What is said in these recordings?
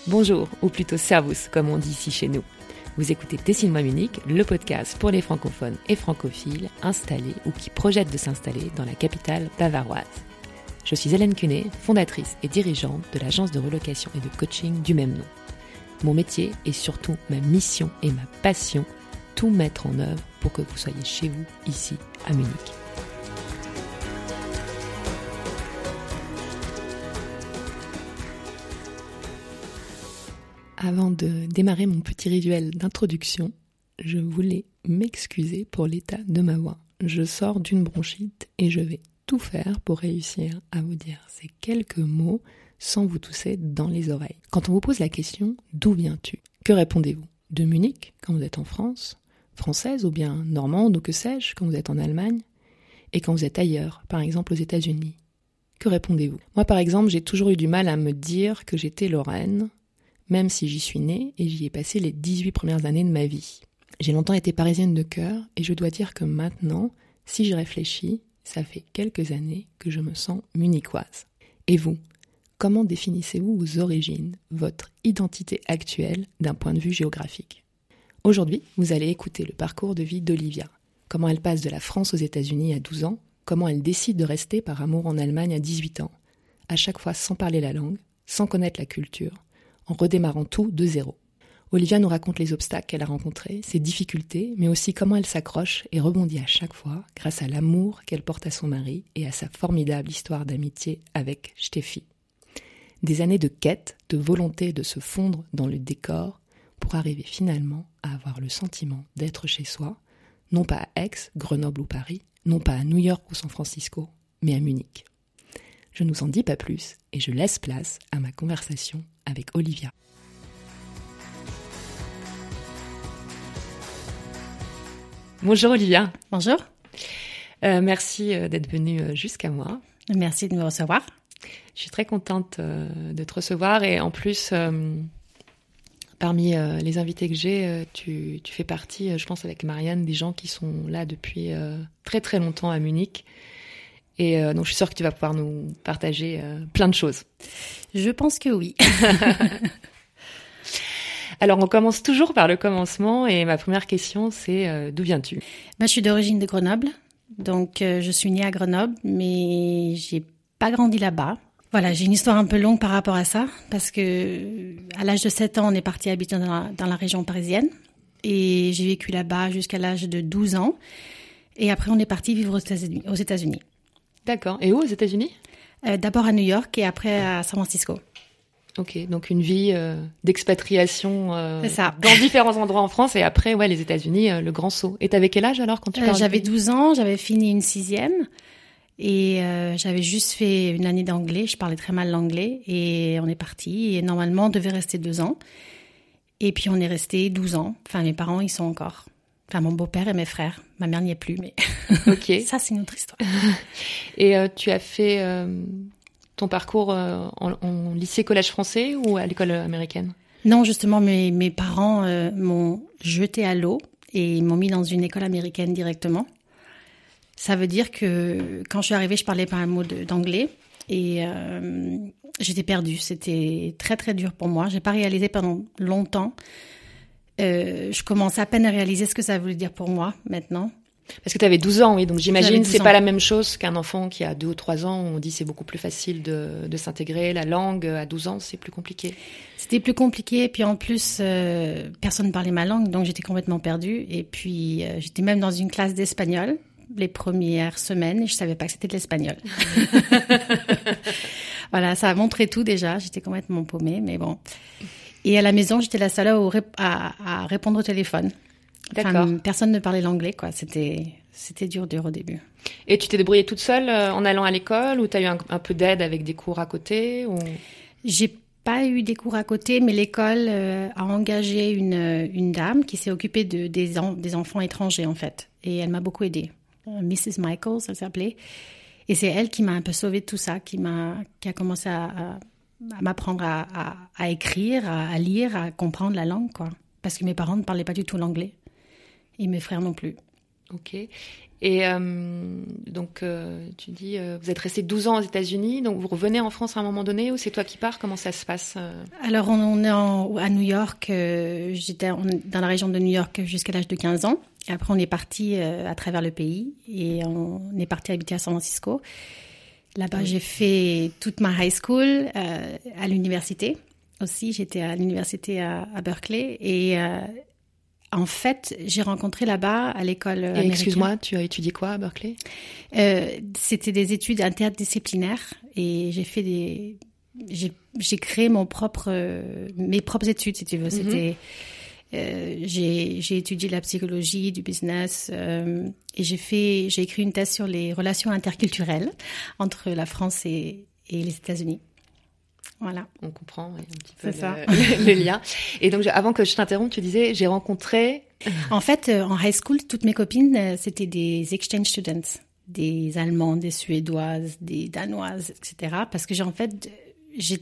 Bonjour, ou plutôt servus, comme on dit ici chez nous. Vous écoutez Dessine-moi Munich, le podcast pour les francophones et francophiles installés ou qui projettent de s'installer dans la capitale bavaroise. Je suis Hélène Cunet, fondatrice et dirigeante de l'agence de relocation et de coaching du même nom. Mon métier est surtout ma mission et ma passion, tout mettre en œuvre pour que vous soyez chez vous, ici, à Munich. Avant de démarrer mon petit rituel d'introduction, je voulais m'excuser pour l'état de ma voix. Je sors d'une bronchite et je vais tout faire pour réussir à vous dire ces quelques mots sans vous tousser dans les oreilles. Quand on vous pose la question « D'où viens-tu » que répondez-vous ? De Munich, quand vous êtes en France, française ou bien normande ou que sais-je, quand vous êtes en Allemagne ? Et quand vous êtes ailleurs, par exemple aux États-Unis, que répondez-vous ? Moi par exemple, j'ai toujours eu du mal à me dire que j'étais lorraine, même si j'y suis née et j'y ai passé les 18 premières années de ma vie. J'ai longtemps été parisienne de cœur et je dois dire que maintenant, si j'y réfléchis, ça fait quelques années que je me sens munichoise. Et vous, comment définissez-vous vos origines, votre identité actuelle d'un point de vue géographique ? Aujourd'hui, vous allez écouter le parcours de vie d'Olivia. Comment elle passe de la France aux États-Unis à 12 ans, comment elle décide de rester par amour en Allemagne à 18 ans, à chaque fois sans parler la langue, sans connaître la culture, en redémarrant tout de zéro. Olivia nous raconte les obstacles qu'elle a rencontrés, ses difficultés, mais aussi comment elle s'accroche et rebondit à chaque fois grâce à l'amour qu'elle porte à son mari et à sa formidable histoire d'amitié avec Steffi. Des années de quête, de volonté de se fondre dans le décor pour arriver finalement à avoir le sentiment d'être chez soi, non pas à Aix, Grenoble ou Paris, non pas à New York ou San Francisco, mais à Munich. Je ne vous en dis pas plus et je laisse place à ma conversation avec Olivia. Bonjour Olivia. Bonjour. Merci d'être venue jusqu'à moi. Merci de me recevoir. Je suis très contente de te recevoir et en plus, parmi les invités que j'ai, tu fais partie, je pense avec Marianne, des gens qui sont là depuis très très longtemps à Munich. Et donc je suis sûre que tu vas pouvoir nous partager plein de choses. Je pense que oui. Alors on commence toujours par le commencement et ma première question c'est d'où viens-tu ? Je suis d'origine de Grenoble, donc je suis née à Grenoble, mais j'ai pas grandi là-bas. Voilà, j'ai une histoire un peu longue par rapport à ça, parce que à l'âge de 7 ans, on est parti habiter dans la région parisienne et j'ai vécu là-bas jusqu'à l'âge de 12 ans. Et après, on est parti vivre aux États-Unis. D'accord. Et où aux États-Unis ? D'abord à New York et après à San Francisco. Ok, donc une vie d'expatriation C'est ça. Dans différents endroits en France et après, ouais, les États-Unis, le grand saut. Et t'avais quel âge alors quand tu parles ? J'avais 12 ans, j'avais fini une 6e et j'avais juste fait une année d'anglais. Je parlais très mal l'anglais et on est parti. Et normalement, on devait rester 2 ans. Et puis on est resté 12 ans. Enfin, mes parents, ils sont encore... Enfin, mon beau-père et mes frères. Ma mère n'y est plus, mais ok. Ça, c'est une autre histoire. Et tu as fait ton parcours en lycée collège français ou à l'école américaine ? Non, justement, mes parents m'ont jeté à l'eau et ils m'ont mis dans une école américaine directement. Ça veut dire que quand je suis arrivée, je parlais pas un mot d'anglais et j'étais perdue. C'était très, très dur pour moi. J'ai pas réalisé pendant longtemps. Je commence à peine à réaliser ce que ça voulait dire pour moi maintenant. Parce que tu avais 12 ans, oui, donc j'imagine c'est ans. Pas la même chose qu'un enfant qui a 2 ou 3 ans. On dit c'est beaucoup plus facile de s'intégrer. La langue, à 12 ans, c'est plus compliqué. C'était plus compliqué, puis en plus, personne ne parlait ma langue, donc j'étais complètement perdue. Et puis, j'étais même dans une classe d'espagnol les premières semaines et je savais pas que c'était de l'espagnol. Voilà, ça a montré tout déjà. J'étais complètement paumée, mais bon... Et à la maison, j'étais la seule à répondre au téléphone. D'accord. Enfin, personne ne parlait l'anglais, quoi. C'était dur au début. Et tu t'es débrouillée toute seule en allant à l'école ou tu as eu un peu d'aide avec des cours à côté ou... J'ai pas eu des cours à côté, mais l'école a engagé une dame qui s'est occupée des enfants étrangers, en fait. Et elle m'a beaucoup aidée. Mrs. Michaels, elle s'appelait. Et c'est elle qui m'a un peu sauvée de tout ça, qui a commencé à m'apprendre à écrire, à lire, à comprendre la langue, quoi. Parce que mes parents ne parlaient pas du tout l'anglais. Et mes frères non plus. Ok. Et donc, tu dis, vous êtes resté 12 ans aux États-Unis, donc vous revenez en France à un moment donné, ou c'est toi qui pars? Comment ça se passe? Alors, on est à New York. J'étais dans la région de New York jusqu'à l'âge de 15 ans. Et après, on est parti à travers le pays et on est parti habiter à San Francisco. Là-bas, j'ai fait toute ma high school à l'université aussi. J'étais à l'université à Berkeley et en fait, j'ai rencontré là-bas à l'école américaine. Excuse-moi, tu as étudié quoi à Berkeley? C'était des études interdisciplinaires et j'ai créé mes propres études, si tu veux. C'était j'ai étudié la psychologie du business et j'ai écrit une thèse sur les relations interculturelles entre la France et les États-Unis. Voilà. On comprend un petit peu le lien. Et donc, avant que je t'interrompe, tu disais, j'ai rencontré... En fait, en high school, toutes mes copines, c'était des exchange students, des Allemandes, des Suédoises, des Danoises, etc. Parce que j'ai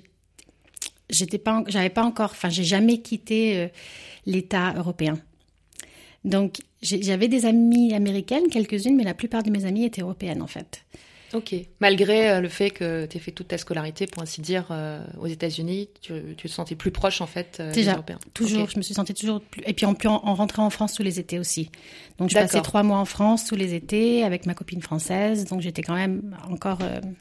jamais quitté l'État européen. Donc, j'avais des amies américaines, quelques-unes, mais la plupart de mes amies étaient européennes, en fait. Ok. Malgré le fait que tu aies fait toute ta scolarité, pour ainsi dire, aux États-Unis, tu te sentais plus proche, en fait, des Européens. Toujours. Okay. Je me suis sentie toujours plus... Et puis, en rentrant en France tous les étés aussi. Donc, je passais 3 mois en France tous les étés avec ma copine française. Donc, j'étais quand même encore...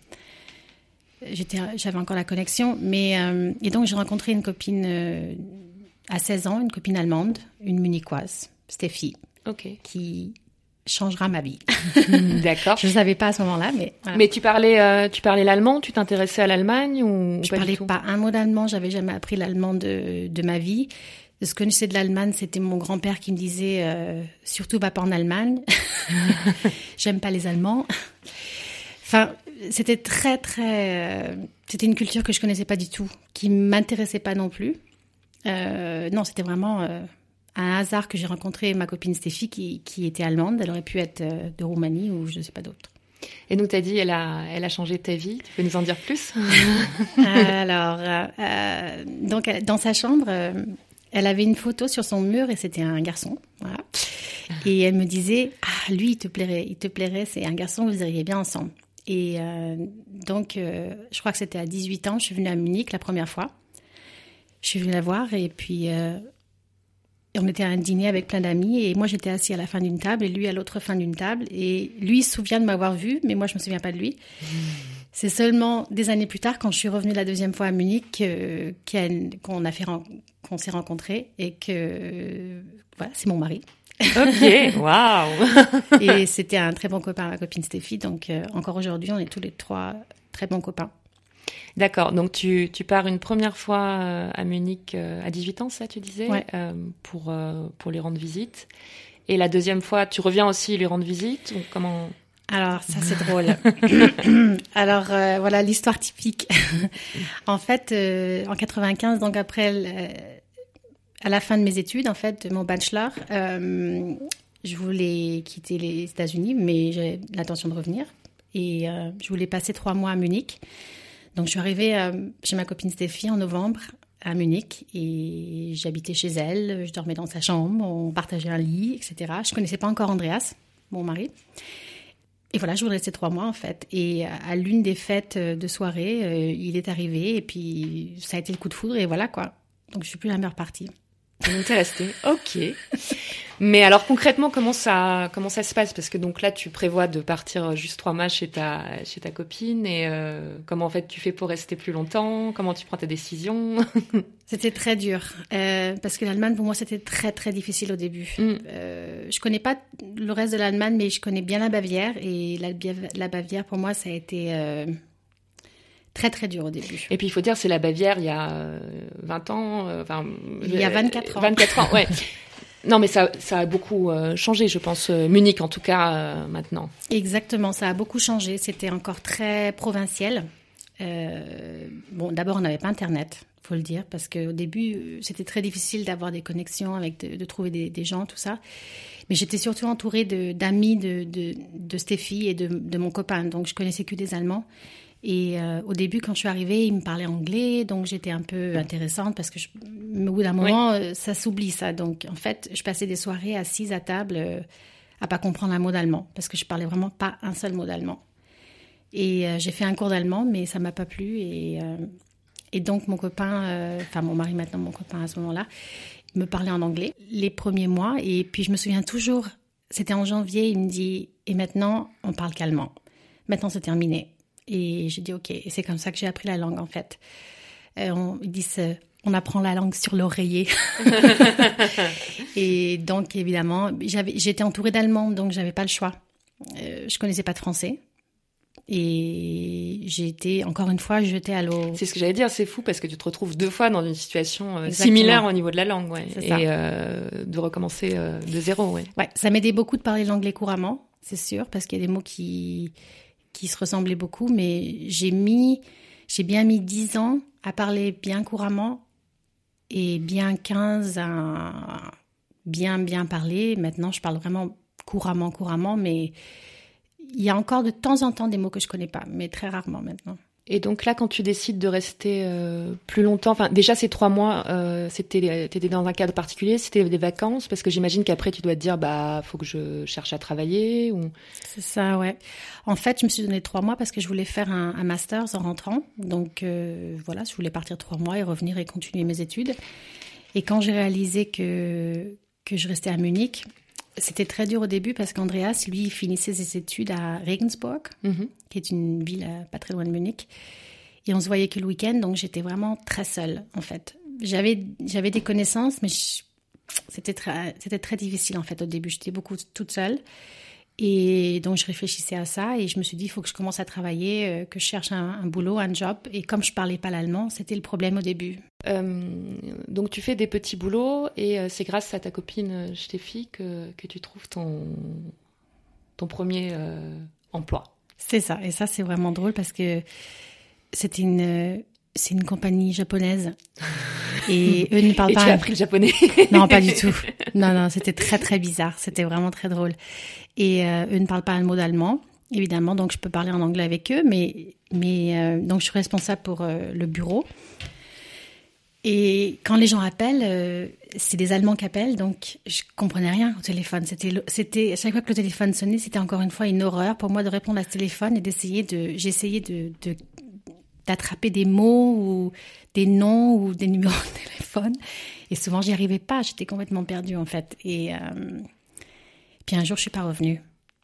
j'avais encore la connexion. Mais, et donc, j'ai rencontré une copine à 16 ans, une copine allemande, une munichoise, Stéphie, qui changera ma vie. D'accord. Je ne savais pas à ce moment-là, mais... Voilà. Mais tu parlais l'allemand? Tu t'intéressais à l'Allemagne ou Je ne parlais pas un mot d'allemand. Je n'avais jamais appris l'allemand de ma vie. Ce que je sais de l'Allemagne, c'était mon grand-père qui me disait surtout va pas en Allemagne. J'aime pas les Allemands. Enfin, c'était c'était une culture que je connaissais pas du tout, qui m'intéressait pas non plus. Non, c'était vraiment un hasard que j'ai rencontré ma copine Stéphie qui était allemande. Elle aurait pu être de Roumanie ou je ne sais pas d'autre. Et donc, tu as dit, elle a changé ta vie. Tu peux nous en dire plus? Alors, donc, dans sa chambre, elle avait une photo sur son mur et c'était un garçon. Voilà. Et elle me disait, lui, il te plairait, c'est un garçon, vous iriez bien ensemble. Et donc, je crois que c'était à 18 ans, je suis venue à Munich la première fois. Je suis venue la voir et puis on était à un dîner avec plein d'amis et moi j'étais assise à la fin d'une table et lui à l'autre fin d'une table et lui il se souvient de m'avoir vue mais moi je me souviens pas de lui. C'est seulement des années plus tard quand je suis revenue la deuxième fois à Munich qu'on s'est rencontrés et que voilà, c'est mon mari. Ok, waouh. Et c'était un très bon copain, ma copine Stéphie, donc encore aujourd'hui on est tous les 3 très bons copains. D'accord, donc tu pars une première fois à Munich à 18 ans, ça tu disais, ouais. Pour lui rendre visite. Et la deuxième fois, tu reviens aussi lui rendre visite ou comment? Alors, ça c'est drôle. Alors, voilà l'histoire typique. En fait, en 95, donc après, à la fin de mes études, en fait, mon bachelor, je voulais quitter les États-Unis, mais j'ai l'intention de revenir. Et je voulais passer 3 mois à Munich. Donc, je suis arrivée chez ma copine Stéphie en novembre à Munich et j'habitais chez elle. Je dormais dans sa chambre, on partageait un lit, etc. Je ne connaissais pas encore Andreas, mon mari. Et voilà, je voulais rester 3 mois en fait. Et à l'une des fêtes de soirée, il est arrivé et puis ça a été le coup de foudre et voilà quoi. Donc, je ne suis plus jamais repartie. Donc, t'es restée. Ok. Mais alors, concrètement, comment ça se passe? Parce que donc là, tu prévois de partir juste 3 mois chez ta copine et comment en fait tu fais pour rester plus longtemps? Comment tu prends tes décisions? C'était très dur parce que l'Allemagne, pour moi, c'était très, très difficile au début. Je connais pas le reste de l'Allemagne, mais je connais bien la Bavière et la Bavière, pour moi, ça a été... très, très dur au début. Et puis, il faut dire, c'est la Bavière il y a 20 ans. Il y a 24 ans. 24 ans, ouais. Non, mais ça a beaucoup changé, je pense. Munich, en tout cas, maintenant. Exactement, ça a beaucoup changé. C'était encore très provincial. Bon, d'abord, on n'avait pas Internet, il faut le dire, parce qu'au début, c'était très difficile d'avoir des connexions, de trouver des gens, tout ça. Mais j'étais surtout entourée d'amis de Stéphie et de mon copain. Donc, je connaissais que des Allemands. Et au début, quand je suis arrivée, il me parlait anglais, donc j'étais un peu intéressante parce que au bout d'un moment, ça s'oublie ça. Donc en fait, je passais des soirées assise à table à pas comprendre un mot d'allemand parce que je parlais vraiment pas un seul mot d'allemand. Et j'ai fait un cours d'allemand, mais ça m'a pas plu. Et donc mon copain, mon mari maintenant, mon copain à ce moment-là, me parlait en anglais les premiers mois. Et puis je me souviens toujours, c'était en janvier, il me dit « Et maintenant, on parle qu'allemand. Maintenant, c'est terminé. » Et j'ai dit « Ok ». Et c'est comme ça que j'ai appris la langue en fait. Ils disent on apprend la langue sur l'oreiller. Et donc évidemment, j'étais entourée d'Allemands, donc j'avais pas le choix. Je connaissais pas de français. Et j'ai été, encore une fois, jetée à l'eau. C'est ce que j'allais dire, c'est fou parce que tu te retrouves 2 fois dans une situation similaire au niveau de la langue, ouais. C'est ça. Et de recommencer de zéro, ouais. Ouais, ça m'aidait beaucoup de parler l'anglais couramment, c'est sûr, parce qu'il y a des mots qui se ressemblaient beaucoup, mais j'ai bien mis 10 ans à parler bien couramment et bien 15 à bien parler. Maintenant, je parle vraiment couramment, mais il y a encore de temps en temps des mots que je connais pas, mais très rarement maintenant. Et donc là, quand tu décides de rester plus longtemps, enfin déjà ces 3 mois, t'étais dans un cadre particulier, c'était des vacances, parce que j'imagine qu'après tu dois te dire, faut que je cherche à travailler ou. C'est ça, ouais. En fait, je me suis donné 3 mois parce que je voulais faire un master en rentrant, donc voilà, je voulais partir 3 mois et revenir et continuer mes études. Et quand j'ai réalisé que je restais à Munich, c'était très dur au début parce qu'Andreas, lui, il finissait ses études à Regensburg, qui est une ville pas très loin de Munich. Et on se voyait que le week-end, donc j'étais vraiment très seule, en fait. J'avais des connaissances, mais c'était très difficile, en fait, au début. J'étais beaucoup toute seule. Et donc, je réfléchissais à ça et je me suis dit, il faut que je commence à travailler, que je cherche un boulot, un job. Et comme je parlais pas l'allemand, c'était le problème au début. Donc, tu fais des petits boulots et c'est grâce à ta copine Steffi que tu trouves ton premier emploi. C'est ça. Et ça, c'est vraiment drôle parce que c'est une compagnie japonaise. Et eux ne parlent pas. Et tu as appris le japonais? Non, pas du tout. Non, c'était très, très bizarre. C'était vraiment très drôle. Et eux ne parlent pas un mot d'allemand, évidemment. Donc, je peux parler en anglais avec eux. Mais donc, je suis responsable pour le bureau. Et quand les gens appellent, c'est des Allemands qui appellent. Donc, je comprenais rien au téléphone. C'était à chaque fois que le téléphone sonnait, c'était encore une fois une horreur pour moi de répondre à ce téléphone et j'essayais d'attraper des mots ou des noms ou des numéros de téléphone. Et souvent, j'y arrivais pas. J'étais complètement perdue, en fait. Et puis un jour, je suis pas revenue.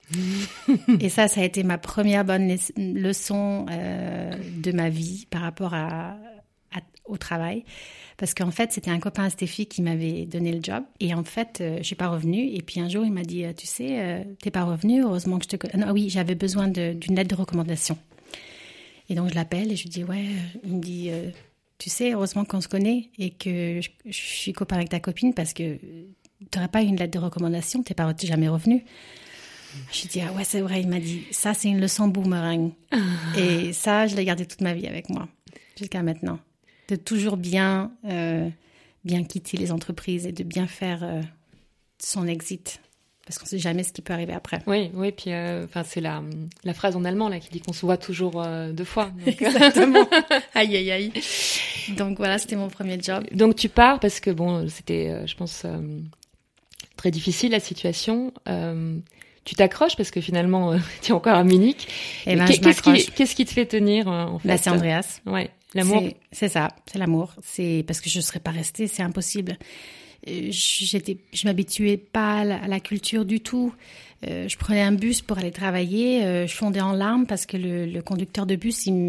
Et ça a été ma première bonne leçon de ma vie par rapport au travail. Parce qu'en fait, c'était un copain à Steffi qui m'avait donné le job. Et en fait, je suis pas revenue. Et puis un jour, il m'a dit, tu sais, t'es pas revenue. Heureusement que je te connais. Non, oui, j'avais besoin d'une lettre de recommandation. Et donc, je l'appelle et je lui dis, ouais, il me dit, tu sais, heureusement qu'on se connaît et que je suis copain avec ta copine parce que tu n'aurais pas eu une lettre de recommandation, tu n'es jamais revenu. Je lui dis, ah ouais, c'est vrai. Il m'a dit, ça, c'est une leçon boomerang. Et ça, je l'ai gardé toute ma vie avec moi, jusqu'à maintenant. De toujours bien quitter les entreprises et de bien faire son exit. Parce qu'on ne sait jamais ce qui peut arriver après. Oui, puis c'est la phrase en allemand là, qui dit qu'on se voit toujours 2 fois. Donc... Exactement. Aïe. Donc voilà, c'était mon premier job. Donc tu pars parce que c'était, je pense, très difficile la situation. Tu t'accroches parce que finalement, tu es encore à Munich. Et je m'accroche. Qu'est-ce qui te fait tenir en fait? C'est Andreas. Ouais, l'amour. C'est ça, c'est l'amour. C'est parce que je ne serais pas restée, c'est impossible. Je m'habituais pas à la culture du tout. Je prenais un bus pour aller travailler. Je fondais en larmes parce que le conducteur de bus, il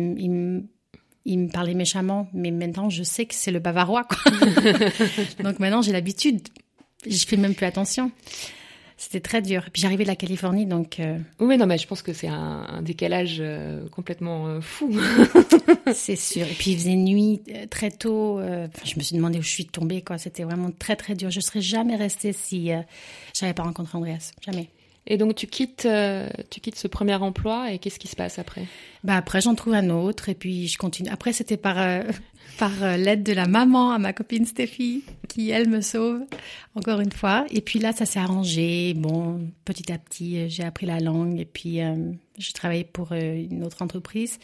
me parlait méchamment. Mais maintenant, je sais que c'est le bavarois, quoi. Donc maintenant, j'ai l'habitude. Je fais même plus attention. C'était très dur. Et puis j'arrivais de la Californie, donc... Oui, non, mais je pense que c'est un décalage complètement fou. C'est sûr. Et puis il faisait nuit très tôt. Je me suis demandé où je suis tombée, quoi. C'était vraiment très, très dur. Je ne serais jamais restée si je n'avais pas rencontré Andreas. Jamais. Et donc tu quittes ce premier emploi et qu'est-ce qui se passe après? Après, j'en trouve un autre et puis je continue. Après, c'était par l'aide de la maman à ma copine Steffi qui, elle, me sauve, encore une fois. Et puis là, ça s'est arrangé. Bon, petit à petit, j'ai appris la langue et puis j'ai travaillé pour une autre entreprise.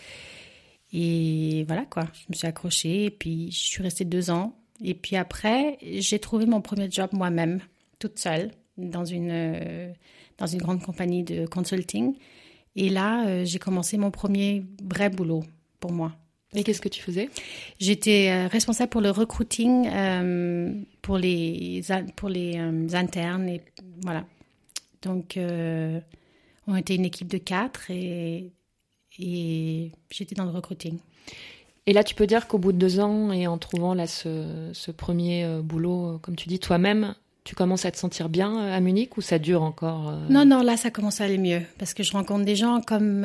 Et voilà, quoi. Je me suis accrochée et puis je suis restée 2 ans. Et puis après, j'ai trouvé mon premier job moi-même, toute seule, dans dans une grande compagnie de consulting. Et là, j'ai commencé mon premier vrai boulot pour moi. Et qu'est-ce que tu faisais? J'étais responsable pour le recruiting, pour les internes. Et voilà. Donc, on était une équipe de 4 et j'étais dans le recruiting. Et là, tu peux dire qu'au bout de 2 ans et en trouvant là ce premier boulot, comme tu dis toi-même, tu commences à te sentir bien à Munich ou ça dure encore Non, là, ça commence à aller mieux parce que je rencontre des gens comme...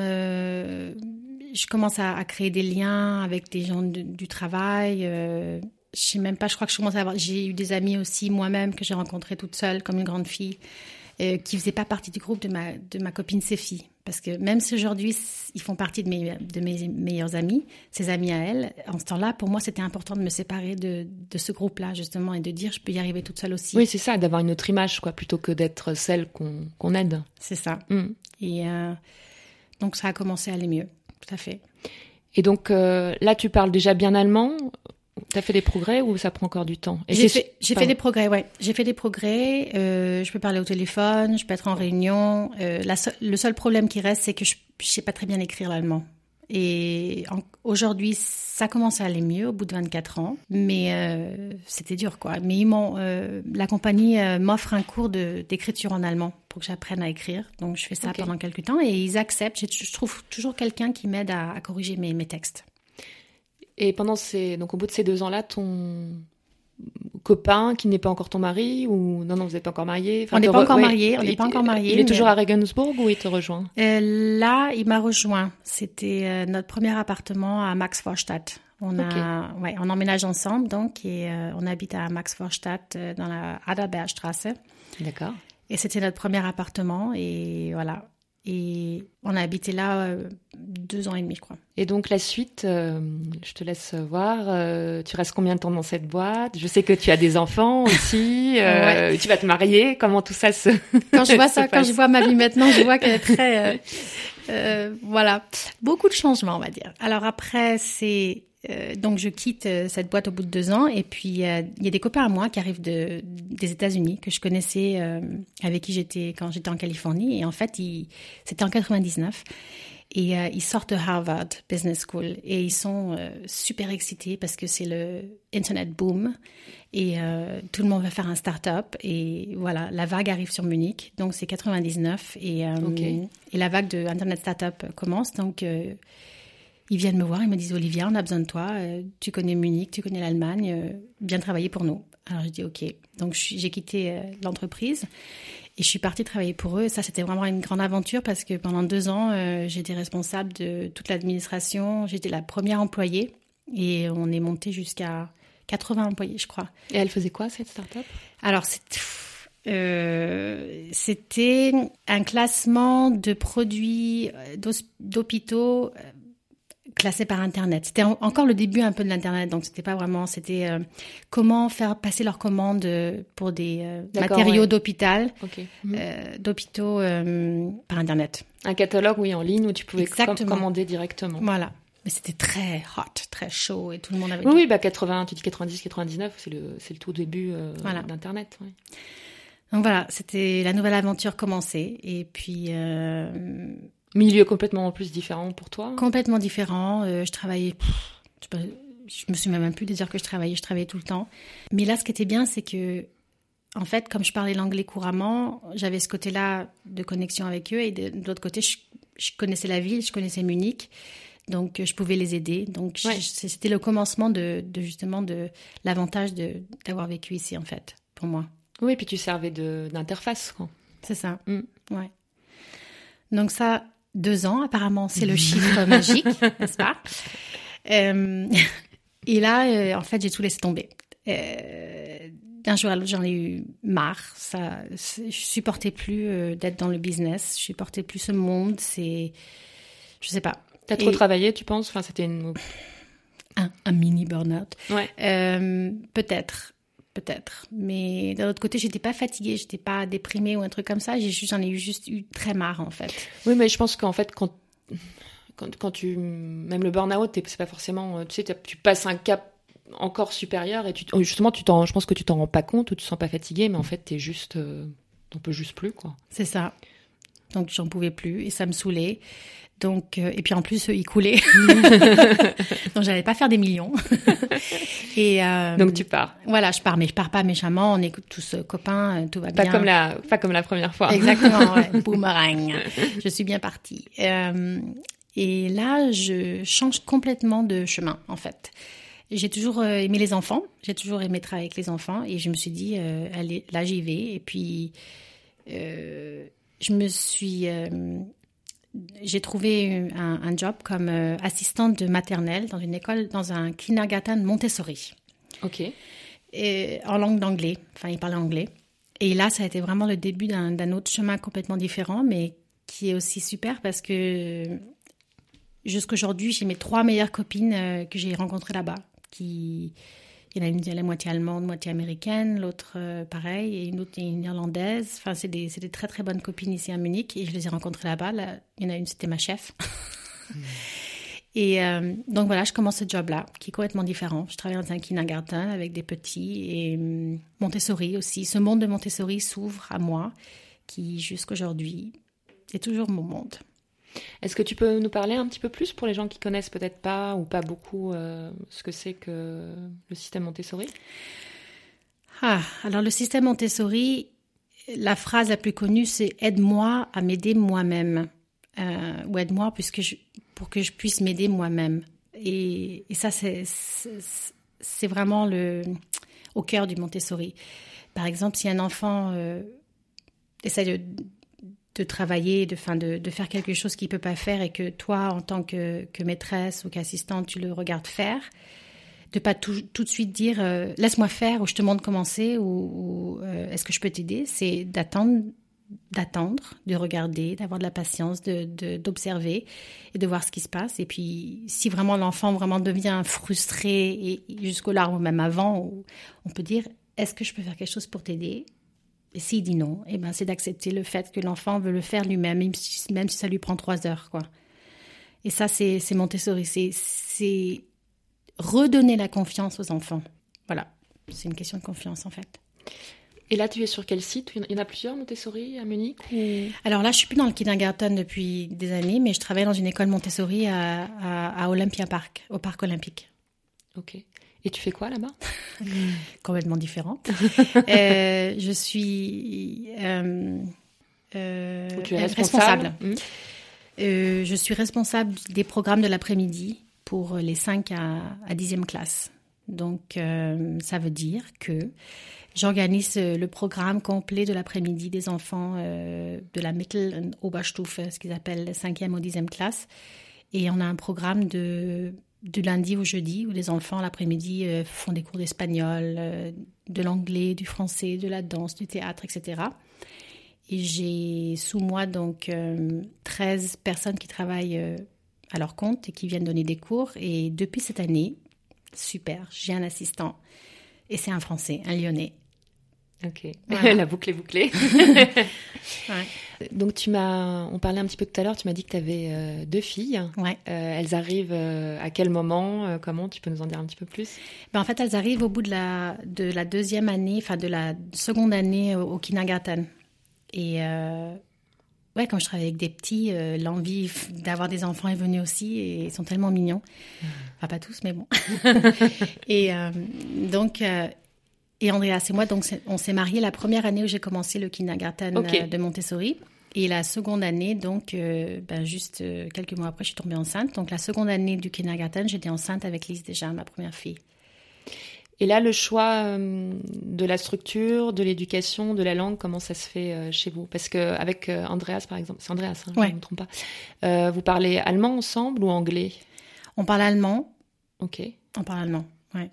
je commence à créer des liens avec des gens du travail. Je sais même pas, je crois que je commence à avoir... J'ai eu des amis aussi moi-même que j'ai rencontrées toute seule comme une grande fille qui faisaient pas partie du groupe de ma copine Séphie. Parce que même si aujourd'hui, ils font partie de mes meilleurs amis, ses amis à elle, en ce temps-là, pour moi, c'était important de me séparer de ce groupe-là, justement, et de dire, je peux y arriver toute seule aussi. Oui, c'est ça, d'avoir une autre image, quoi, plutôt que d'être celle qu'on aide. C'est ça. Et donc, ça a commencé à aller mieux, tout à fait. Et donc, là, tu parles déjà bien allemand. T'as fait des progrès ou ça prend encore du temps? J'ai fait des progrès, ouais. J'ai fait des progrès. Je peux parler au téléphone, je peux être en réunion. Le seul problème qui reste, c'est que je sais pas très bien écrire l'allemand. Et aujourd'hui, ça commence à aller mieux au bout de 24 ans. Mais c'était dur, quoi. Mais la compagnie m'offre un cours d'écriture en allemand pour que j'apprenne à écrire. Donc, je fais ça pendant quelques temps et ils acceptent. Je trouve toujours quelqu'un qui m'aide à corriger mes textes. Et donc au bout de ces 2 ans-là, ton copain qui n'est pas encore ton mari ou non, vous n'êtes pas encore mariés. On n'est pas encore mariés. Il est toujours à Regensburg ou il te rejoint? Là, il m'a rejoint. C'était notre premier appartement à Maxvorstadt. On emménage ensemble donc et on habite à Maxvorstadt dans la Adalbertstraße. D'accord. Et c'était notre premier appartement et voilà. Et on a habité là 2 ans et demi, je crois. Et donc la suite, je te laisse voir. Tu restes combien de temps dans cette boîte? Je sais que tu as des enfants aussi. Ouais. Tu vas te marier. Comment tout ça se Quand je vois ça, quand je vois ma vie maintenant, je vois qu'elle est très... voilà, beaucoup de changements, on va dire. Alors après, donc je quitte cette boîte au bout de 2 ans et puis il y a des copains à moi qui arrivent des États-Unis que je connaissais avec qui j'étais quand j'étais en Californie et en fait c'était en 99 et ils sortent de Harvard Business School et ils sont super excités parce que c'est le internet boom et tout le monde va faire un start-up et voilà la vague arrive sur Munich donc c'est 99 et la vague de internet start-up commence donc ils viennent me voir, ils me disent « Olivia, on a besoin de toi, tu connais Munich, tu connais l'Allemagne, viens travailler pour nous. » Alors je dis « Ok ». Donc j'ai quitté l'entreprise et je suis partie travailler pour eux. Ça, c'était vraiment une grande aventure parce que pendant 2 ans, j'étais responsable de toute l'administration. J'étais la première employée et on est monté jusqu'à 80 employés, je crois. Et elle faisait quoi, cette start-up? Alors, c'était un classement de produits d'hôpitaux classés par Internet. C'était encore le début un peu de l'Internet, donc c'était pas vraiment... C'était comment faire passer leurs commandes pour des matériaux d'hôpital, d'hôpitaux par Internet. Un catalogue, oui, en ligne où tu pouvais commander directement. Voilà. Mais c'était très hot, très chaud et tout le monde avait... Oui, 80, tu dis 90, 99, c'est le tout début d'Internet. Oui. Donc voilà, c'était la nouvelle aventure commençait et puis... Milieu complètement en plus différent pour toi? Complètement différent. Je travaillais... je me souviens même plus de dire que je travaillais tout le temps. Mais là, ce qui était bien, c'est que, en fait, comme je parlais l'anglais couramment, j'avais ce côté-là de connexion avec eux. Et de l'autre côté, je connaissais la ville, je connaissais Munich. Donc, je pouvais les aider. Donc, c'était le commencement de l'avantage d'avoir vécu ici, en fait, pour moi. Oui, puis tu servais d'interface, quoi. C'est ça, ouais. Donc ça... 2 ans, apparemment, c'est le chiffre magique, n'est-ce pas? Et là, en fait, j'ai tout laissé tomber. D'un jour à l'autre, j'en ai eu marre. Je supportais plus d'être dans le business. Je supportais plus ce monde. Je sais pas. T'as trop travaillé, tu penses? Enfin, c'était un mini burn-out. Ouais. Peut-être. Mais d'un autre côté, j'étais pas fatiguée, j'étais pas déprimée ou un truc comme ça. J'en ai juste eu très marre, en fait. Oui, mais je pense qu'en fait, quand même le burn-out, c'est pas forcément, tu sais, tu passes un cap encore supérieur et justement, je pense que tu t'en rends pas compte ou tu te sens pas fatiguée, mais en fait, t'en peux juste plus, quoi. C'est ça. Donc, j'en pouvais plus et ça me saoulait. Donc, et puis en plus, il coulait. Donc, j'allais pas faire des millions. Et donc, tu pars. Voilà, je pars, mais je pars pas méchamment. On est tous copains, tout va pas bien. Pas comme la première fois. Exactement, ouais. Boomerang. Je suis bien partie. Et là, je change complètement de chemin, en fait. J'ai toujours aimé les enfants. J'ai toujours aimé travailler avec les enfants. Et je me suis dit, allez, là, j'y vais. Et puis, j'ai trouvé un job comme assistante de maternelle dans une école, dans un kindergarten Montessori. Ok. Et en langue d'anglais. Enfin, il parlait anglais. Et là, ça a été vraiment le début d'un autre chemin complètement différent, mais qui est aussi super parce que jusqu'aujourd'hui, j'ai mes 3 meilleures copines que j'ai rencontrées là-bas. Il y en a une qui est la moitié allemande, moitié américaine, l'autre pareil, et une autre est une irlandaise. Enfin, c'est des très très bonnes copines ici à Munich et je les ai rencontrées là-bas. Là, il y en a une, c'était ma chef. Et donc voilà, je commence ce job-là qui est complètement différent. Je travaille dans un kindergarten avec des petits et Montessori aussi. Ce monde de Montessori s'ouvre à moi qui jusqu'aujourd'hui est toujours mon monde. Est-ce que tu peux nous parler un petit peu plus pour les gens qui connaissent peut-être pas ou pas beaucoup ce que c'est que le système Montessori ? Alors le système Montessori, la phrase la plus connue, c'est « aide-moi à m'aider moi-même » ou « aide-moi pour que je puisse m'aider moi-même ». Et ça, c'est vraiment au cœur du Montessori. Par exemple, si un enfant essaie de travailler, de faire quelque chose qu'il ne peut pas faire et que toi, en tant que maîtresse ou qu'assistante, tu le regardes faire, de ne pas tout de suite dire « laisse-moi faire » ou « je te montre comment c'est » ou est-ce que je peux t'aider ?» C'est d'attendre, de regarder, d'avoir de la patience, d'observer et de voir ce qui se passe. Et puis, si vraiment l'enfant vraiment devient frustré et jusqu'aux larmes, même avant, on peut dire « est-ce que je peux faire quelque chose pour t'aider ?» Et s'il dit non, eh ben, c'est d'accepter le fait que l'enfant veut le faire lui-même, même si ça lui prend 3 heures, quoi. Et ça, c'est Montessori. C'est redonner la confiance aux enfants. Voilà. C'est une question de confiance, en fait. Et là, tu es sur quel site ? Il y en a plusieurs, Montessori, à Munich ou... Alors là, je suis plus dans le kindergarten depuis des années, mais je travaille dans une école Montessori à Olympia Park, au parc olympique. Ok. Et tu fais quoi là-bas ? Complètement différente. Je suis tu es responsable. Je suis responsable des programmes de l'après-midi pour les 5 à 10e classe. Donc, ça veut dire que j'organise le programme complet de l'après-midi des enfants de la Mittel- und Oberstufe, ce qu'ils appellent 5e ou 10e classe. Et on a un programme du lundi au jeudi, où les enfants, l'après-midi, font des cours d'espagnol, de l'anglais, du français, de la danse, du théâtre, etc. Et j'ai sous moi donc 13 personnes qui travaillent à leur compte et qui viennent donner des cours. Et depuis cette année, super, j'ai un assistant. Et c'est un Français, un Lyonnais. Ok, voilà. La boucle est bouclée. Ouais. Donc on parlait un petit peu tout à l'heure, tu m'as dit que tu avais 2 filles. Ouais. Elles arrivent à quel moment, comment ? Tu peux nous en dire un petit peu plus ? En fait, elles arrivent au bout de la 2e année, enfin de la seconde année au kindergarten. Et ouais, quand je travaille avec des petits, l'envie d'avoir des enfants est venue aussi et ils sont tellement mignons. Enfin, pas tous, mais bon. Et donc... Et Andreas et moi, donc, on s'est mariés la première année où j'ai commencé le kindergarten de Montessori. Et la seconde année, donc, juste quelques mois après, je suis tombée enceinte. Donc, la seconde année du kindergarten, j'étais enceinte avec Lise déjà, ma première fille. Et là, le choix de la structure, de l'éducation, de la langue, comment ça se fait chez vous ? Parce qu'avec Andreas, par exemple, c'est Andreas, ouais. Je ne me trompe pas, vous parlez allemand ensemble ou anglais ? On parle allemand. Ok. On parle allemand, ouais.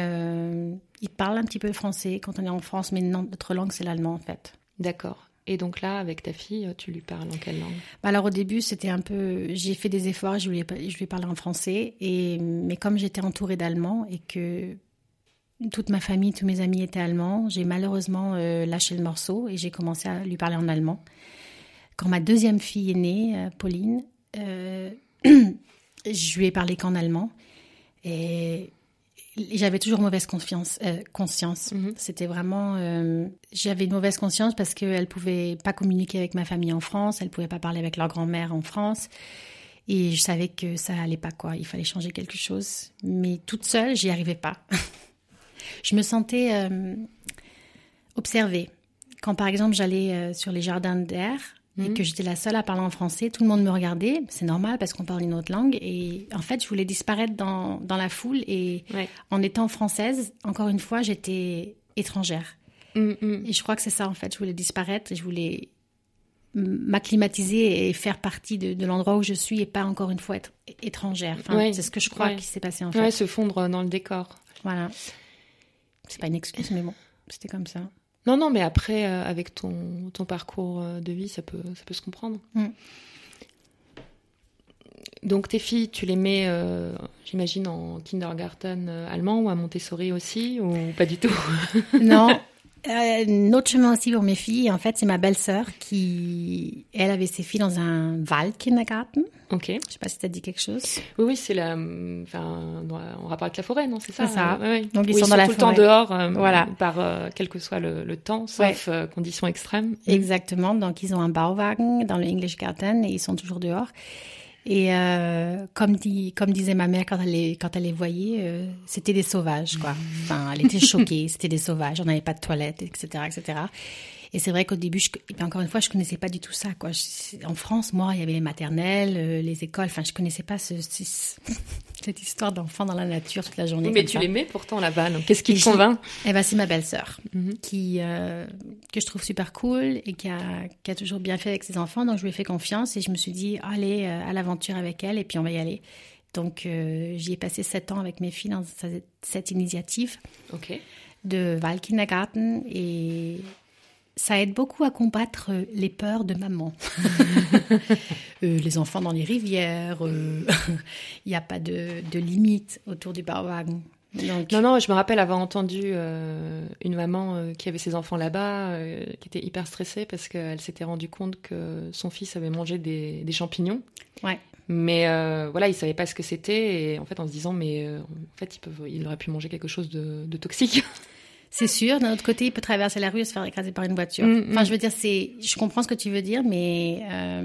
Il parle un petit peu français quand on est en France, mais notre langue, c'est l'allemand, en fait. D'accord. Et donc là, avec ta fille, tu lui parles en quelle langue ? Alors au début, c'était un peu... J'ai fait des efforts, je lui parlais en français. Mais comme j'étais entourée d'Allemands et que toute ma famille, tous mes amis étaient allemands, j'ai malheureusement lâché le morceau et j'ai commencé à lui parler en allemand. Quand ma deuxième fille est née, Pauline, je lui ai parlé qu'en allemand. Et j'avais toujours mauvaise conscience. C'était vraiment... j'avais une mauvaise conscience parce qu'elle pouvait pas communiquer avec ma famille en France, elle pouvait pas parler avec leur grand-mère en France. Et je savais que ça allait pas, quoi. Il fallait changer quelque chose. Mais toute seule, j'y arrivais pas. Je me sentais observée. Quand, par exemple, j'allais sur les jardins d'air et que j'étais la seule à parler en français, tout le monde me regardait. C'est normal parce qu'on parle une autre langue. Et en fait, je voulais disparaître dans la foule. Et en étant française, encore une fois, j'étais étrangère. Et je crois que c'est ça, en fait. Je voulais disparaître et je voulais m'acclimatiser et faire partie de l'endroit où je suis et pas, encore une fois, être étrangère. Enfin, c'est ce que je crois qui s'est passé, en fait. Ouais, se fondre dans le décor. Voilà. C'est pas une excuse, mais bon, c'était comme ça. Non, mais après, avec ton parcours de vie, ça peut se comprendre. Donc, tes filles, tu les mets, j'imagine, en kindergarten allemand ou à Montessori aussi, ou pas du tout? Non. Un autre chemin aussi pour mes filles, en fait, c'est ma belle-sœur qui, elle avait ses filles dans un Waldkindergarten. Ok. Je sais pas si ça te dit quelque chose. Oui, c'est en rapport avec la forêt, non? C'est ça? C'est ça. Ouais. Donc, ils sont dans la tout forêt. Le temps dehors, voilà. Quel que soit le temps, sauf conditions extrêmes. Exactement. Donc, ils ont un Bauwagen dans le English Garden et ils sont toujours dehors. Et comme disait ma mère quand elle les voyait, c'était des sauvages, quoi. Enfin, elle était choquée, c'était des sauvages, on n'avait pas de toilettes, etc., etc. Et c'est vrai qu'au début, encore une fois, je connaissais pas du tout ça, quoi. En France, moi, il y avait les maternelles, les écoles. Enfin, je connaissais pas cette histoire d'enfants dans la nature toute la journée. Mais tu les mets pourtant là-bas. Donc, qu'est-ce qui te convainc? Eh ben, c'est ma belle-sœur que je trouve super cool et qui a toujours bien fait avec ses enfants. Donc, je lui ai fait confiance et je me suis dit, allez à l'aventure avec elle et puis on va y aller. Donc, j'y ai passé 7 ans avec mes filles dans cette initiative de Waldkindergarten et ça aide beaucoup à combattre les peurs de maman. Les enfants dans les rivières, il n'y a pas de limite autour du Bauwagen. Donc... Non, je me rappelle avoir entendu une maman qui avait ses enfants là-bas, qui était hyper stressée parce qu'elle s'était rendue compte que son fils avait mangé des champignons. Ouais. Mais il savait pas ce que c'était et en fait en se disant en fait il aurait pu manger quelque chose de toxique. C'est sûr, d'un autre côté, il peut traverser la rue et se faire écraser par une voiture. Enfin, je veux dire, je comprends ce que tu veux dire, mais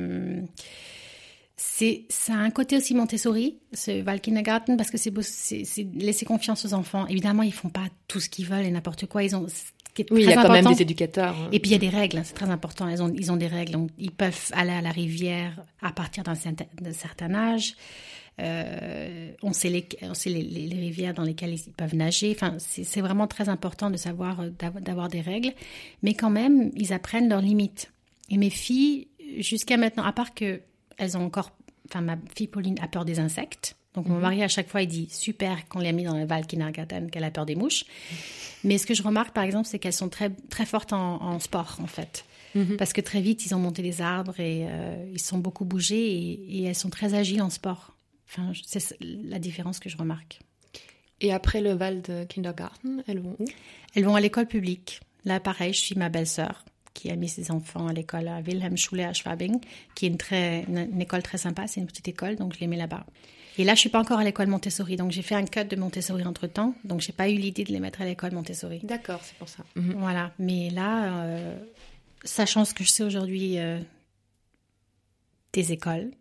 ça a un côté aussi Montessori, ce Waldkindergarten, parce que c'est laisser confiance aux enfants. Évidemment, ils font pas tout ce qu'ils veulent et n'importe quoi. Il y a quand même des éducateurs. Et puis, il y a des règles, c'est très important. Ils ont des règles. Donc, ils peuvent aller à la rivière à partir d'un certain âge. On sait les rivières dans lesquelles ils peuvent nager. Enfin, c'est vraiment très important de savoir, d'avoir des règles. Mais quand même, ils apprennent leurs limites. Et mes filles, jusqu'à maintenant, à part que elles ont encore... Enfin, ma fille Pauline a peur des insectes. Donc, mon mari, à chaque fois, il dit « Super qu'on l'ait mis dans le Waldkindergarten, qu'elle a peur des mouches. » Mais ce que je remarque, par exemple, c'est qu'elles sont très, très fortes en sport, en fait. Parce que très vite, ils ont monté des arbres et ils sont beaucoup bougés et elles sont très agiles en sport. Enfin, c'est la différence que je remarque. Et après le Waldkindergarten, elles vont où? Elles vont à l'école publique. Là, pareil, je suis ma belle-sœur qui a mis ses enfants à l'école à Wilhelmschule à Schwabing, qui est une école très sympa, c'est une petite école, donc je les mets là-bas. Et là, je suis pas encore à l'école Montessori, donc j'ai fait un cut de Montessori entre-temps, donc j'ai pas eu l'idée de les mettre à l'école Montessori. D'accord, c'est pour ça. Voilà, mais là, sachant ce que je sais aujourd'hui des écoles...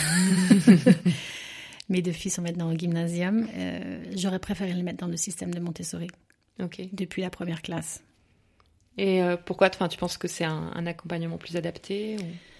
Mes 2 filles sont maintenant au gymnasium. J'aurais préféré les mettre dans le système de Montessori depuis la première classe. Et pourquoi tu penses que c'est un accompagnement plus adapté ou...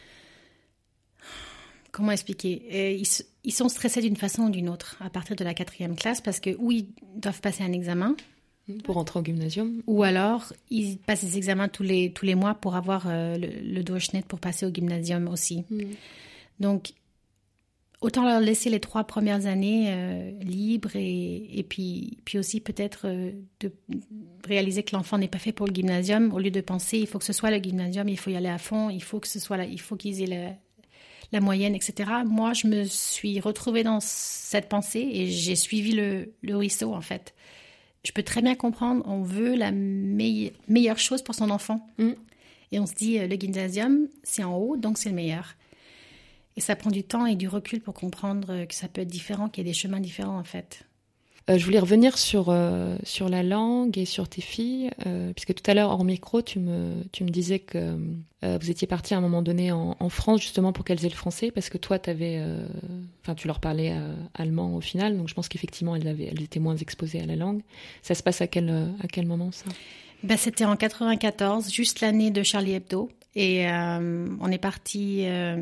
Comment expliquer? Ils sont stressés d'une façon ou d'une autre à partir de la 4e classe parce que ou ils doivent passer un examen pour entrer au gymnasium, ou alors ils passent des examens tous les mois pour avoir le Durchschnitt pour passer au gymnasium aussi. Donc autant leur laisser les 3 premières années libres et puis aussi peut-être de réaliser que l'enfant n'est pas fait pour le gymnasium au lieu de penser il faut que ce soit le gymnasium, il faut y aller à fond, il faut qu'ils aient la moyenne, etc. Moi, je me suis retrouvée dans cette pensée et j'ai suivi le ruisseau en fait. Je peux très bien comprendre, on veut la meilleure chose pour son enfant. Et on se dit le gymnasium, c'est en haut, donc c'est le meilleur. Et ça prend du temps et du recul pour comprendre que ça peut être différent, qu'il y a des chemins différents en fait. Je voulais revenir sur la langue et sur tes filles, puisque tout à l'heure, hors micro, tu me disais que vous étiez partis à un moment donné en France, justement, pour qu'elles aient le français, parce que toi, tu leur parlais allemand au final, donc je pense qu'effectivement, elles étaient moins exposées à la langue. Ça se passe à quel moment, ça ? C'était en 94, juste l'année de Charlie Hebdo, et on est partis...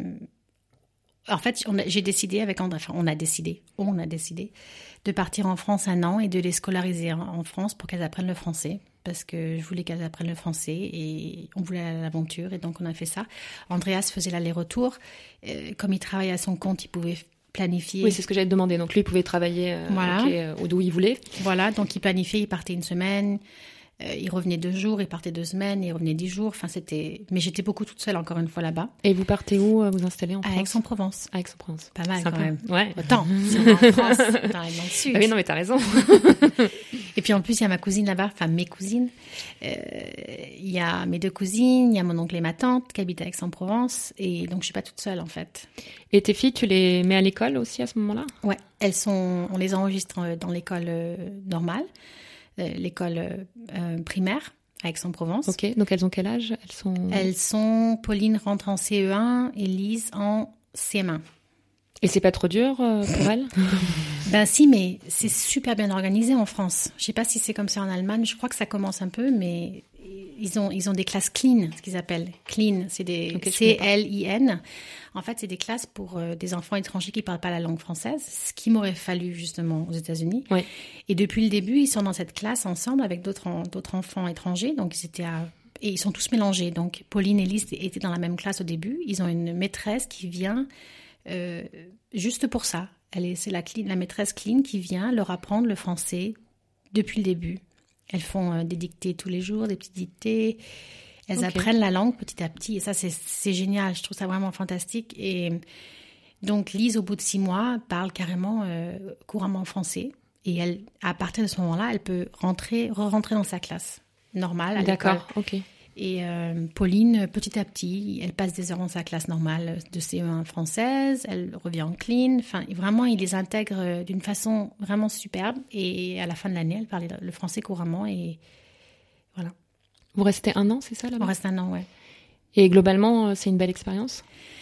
En fait, j'ai décidé avec André, on a décidé de partir en France 1 an et de les scolariser en France pour qu'elles apprennent le français. Parce que je voulais qu'elles apprennent le français et on voulait aller à l'aventure et donc on a fait ça. Andreas faisait l'aller-retour. Comme il travaillait à son compte, il pouvait planifier. Oui, c'est ce que j'allais te demander. Donc lui, il pouvait travailler d'où il voulait. Voilà, donc il planifiait, il partait 1 semaine. Il revenait 2 jours, il partait 2 semaines, il revenait 10 jours. Enfin, mais j'étais beaucoup toute seule encore une fois là-bas. Et vous partez où, vous installez en France ? À Aix-en-Provence. À Aix-en-Provence. Pas mal sympa. Quand même. Ouais. Autant. C'est en France, dans le sud. Ah oui, non, mais t'as raison. Et puis en plus, il y a ma cousine là-bas, enfin mes cousines. Il y a mes 2 cousines, il y a mon oncle et ma tante qui habitent à Aix-en-Provence. Et donc, je suis pas toute seule en fait. Et tes filles, tu les mets à l'école aussi à ce moment-là ? Ouais, on les enregistre dans l'école normale. L'école primaire à Aix-en-Provence. Ok, donc elles ont quel âge ? Pauline rentre en CE1 et Lise en CM1. Et c'est pas trop dur pour elles ? Si, mais c'est super bien organisé en France. Je sais pas si c'est comme ça en Allemagne, je crois que ça commence un peu, mais ils ont des classes clean, ce qu'ils appellent. Clean, c'est des CLIN. En fait, c'est des classes pour des enfants étrangers qui parlent pas la langue française, ce qui m'aurait fallu justement aux États-Unis. Oui. Et depuis le début, ils sont dans cette classe ensemble avec d'autres enfants étrangers, donc et ils sont tous mélangés. Donc Pauline et Lise étaient dans la même classe au début. Ils ont une maîtresse qui vient juste pour ça. C'est la maîtresse clean qui vient leur apprendre le français depuis le début. Elles font des dictées tous les jours, des petites dictées. Elles apprennent la langue petit à petit. Et ça, c'est génial. Je trouve ça vraiment fantastique. Et donc, Lise, au bout de 6 mois, parle carrément couramment français. Et à partir de ce moment-là, elle peut re-rentrer dans sa classe normale. D'accord, ok. Et Pauline, petit à petit, elle passe des heures dans sa classe normale de CE1 française, elle revient en clean. Enfin, vraiment, il les intègre d'une façon vraiment superbe. Et à la fin de l'année, elle parlait le français couramment et voilà. Vous restez 1 an, c'est ça, là-bas ? On reste 1 an, ouais. Et globalement, c'est une belle expérience ?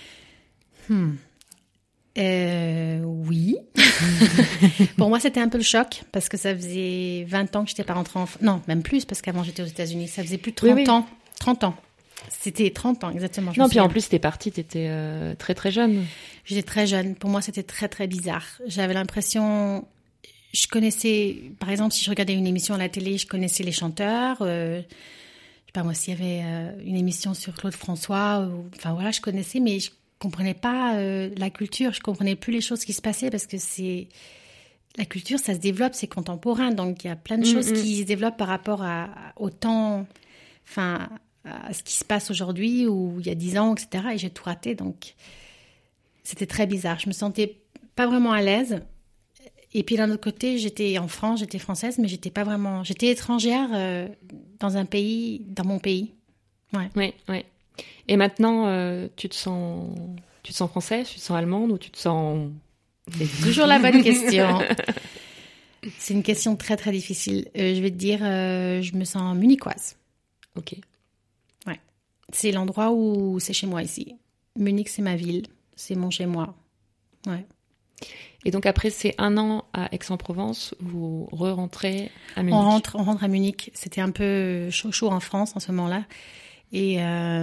Oui. Pour moi, c'était un peu le choc parce que ça faisait 20 ans que je n'étais pas rentrée en France. Non, même plus parce qu'avant, j'étais aux États-Unis. Ça faisait plus de 30 ans. 30 ans. C'était 30 ans, exactement. Non, puis en plus, t'es partie, t'étais très très jeune. J'étais très jeune. Pour moi, c'était très très bizarre. J'avais l'impression... Je connaissais... Par exemple, si je regardais une émission à la télé, je connaissais les chanteurs. Je sais pas moi, s'il y avait une émission sur Claude François. Enfin voilà, je connaissais, mais je comprenais pas la culture. Je comprenais plus les choses qui se passaient parce que la culture, ça se développe, c'est contemporain. Donc, il y a plein de choses qui se développent par rapport au temps... Enfin... à ce qui se passe aujourd'hui ou il y a 10 ans, etc. Et j'ai tout raté, donc c'était très bizarre. Je me sentais pas vraiment à l'aise. Et puis d'un autre côté, j'étais en France, j'étais française, mais j'étais pas vraiment... J'étais étrangère dans mon pays. Ouais. Oui, oui. Et maintenant, tu te sens française, tu te sens allemande ou tu te sens... C'est toujours la bonne question. C'est une question très très difficile. Je vais te dire, je me sens munichoise. Ok. Ouais. C'est l'endroit où c'est chez moi ici. Munich, c'est ma ville. C'est mon chez moi. Ouais. Et donc après ces 1 an à Aix-en-Provence, vous re-rentrez à Munich. On rentre à Munich. C'était un peu chaud en France en ce moment-là. Et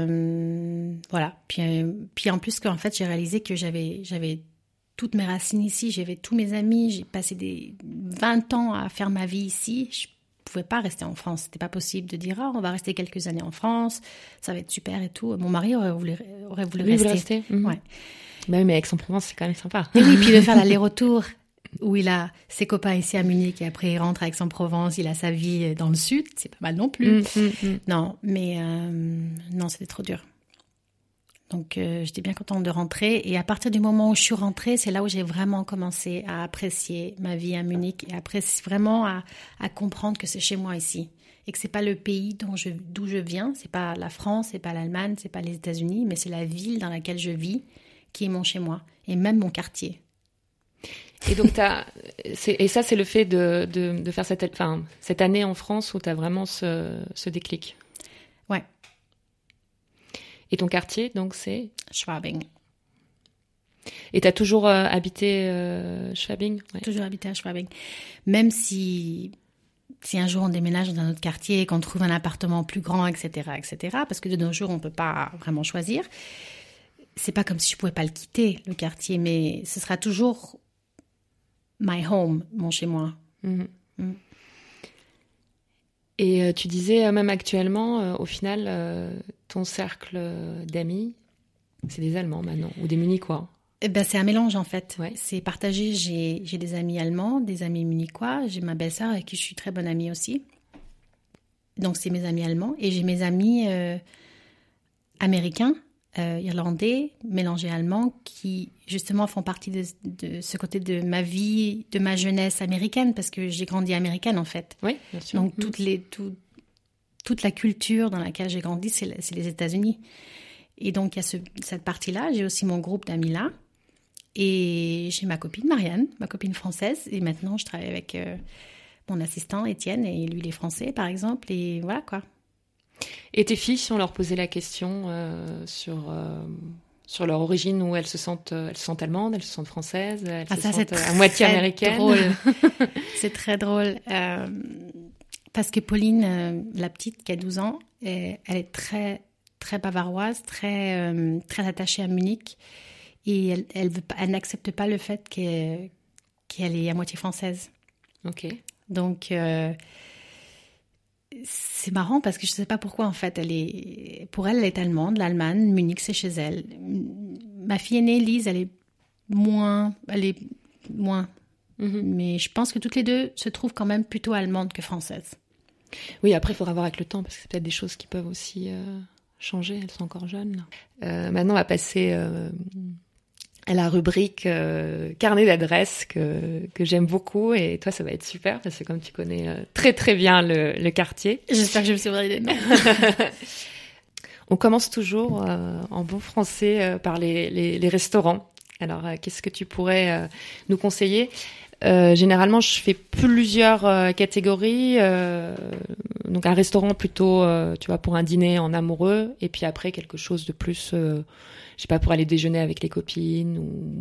voilà. Puis en plus, en fait, j'ai réalisé que j'avais toutes mes racines ici. J'avais tous mes amis. J'ai passé 20 ans à faire ma vie ici. Je pouvais pas rester en France. C'était pas possible de dire on va rester quelques années en France. Ça va être super et tout. Mon mari aurait voulu rester. Ouais. Bah oui, mais Aix-en-Provence, c'est quand même sympa. Et oui, puis de faire l'aller-retour où il a ses copains ici à Munich et après il rentre à Aix-en-Provence, il a sa vie dans le sud, c'est pas mal non plus. Non, mais non, c'était trop dur. Donc j'étais bien contente de rentrer et à partir du moment où je suis rentrée, c'est là où j'ai vraiment commencé à apprécier ma vie à Munich et vraiment à comprendre que c'est chez moi ici et que c'est pas le pays d'où je viens, c'est pas la France, c'est pas l'Allemagne, c'est pas les États-Unis, mais c'est la ville dans laquelle je vis qui est mon chez moi et même mon quartier. Et donc, ça, c'est le fait de faire cette année en France où tu as vraiment ce déclic. Ouais. Et ton quartier, donc, c'est Schwabing. Et tu as toujours habité Schwabing? Ouais. Toujours habité à Schwabing. Même si un jour on déménage dans un autre quartier, qu'on trouve un appartement plus grand, etc., parce que de nos jours, on ne peut pas vraiment choisir. C'est pas comme si je pouvais pas le quitter, le quartier, mais ce sera toujours my home, mon chez-moi. Mm-hmm. Mm. Et tu disais, même actuellement, au final, ton cercle d'amis, c'est des Allemands maintenant, ou des Munichois? C'est un mélange, en fait. Ouais. C'est partagé. J'ai des amis allemands, des amis munichois. J'ai ma belle-sœur avec qui je suis très bonne amie aussi. Donc, c'est mes amis allemands. Et j'ai mes amis américains, irlandais, mélangés allemands, qui, justement, font partie de ce côté de ma vie, de ma jeunesse américaine, parce que j'ai grandi américaine, en fait. Oui, bien sûr. Donc, toute la culture dans laquelle j'ai grandi, c'est les États-Unis. Et donc, il y a cette partie-là. J'ai aussi mon groupe d'amis là. Et j'ai ma copine Marianne, ma copine française. Et maintenant, je travaille avec mon assistant Étienne. Et lui, il est français, par exemple. Et voilà, quoi. Et tes filles, si on leur posait la question sur leur origine, où elles se sentent allemandes, elles se sentent françaises, elles se sentent à moitié américaines. Drôle. C'est très drôle. Parce que Pauline, la petite qui a 12 ans, elle est très, très bavaroise, très, très attachée à Munich. Et elle n'accepte pas le fait qu'elle est à moitié française. Ok. Donc, c'est marrant parce que je ne sais pas pourquoi, en fait. Pour elle, elle est allemande. L'Allemagne, Munich, c'est chez elle. Ma fille aînée, Lise, elle est moins. Mm-hmm. Mais je pense que toutes les deux se trouvent quand même plutôt allemandes que françaises. Oui, après, il faudra voir avec le temps parce que c'est peut-être des choses qui peuvent aussi changer. Elles sont encore jeunes. Maintenant, on va passer à la rubrique carnet d'adresses que j'aime beaucoup. Et toi, ça va être super parce que comme tu connais très très bien le quartier. J'espère que je me souviendrai des noms. On commence toujours en bon français par les restaurants. Alors, qu'est-ce que tu pourrais nous conseiller ? Généralement, je fais plusieurs catégories. Donc, un restaurant plutôt, tu vois, pour un dîner en amoureux. Et puis après, quelque chose de plus, je sais pas, pour aller déjeuner avec les copines.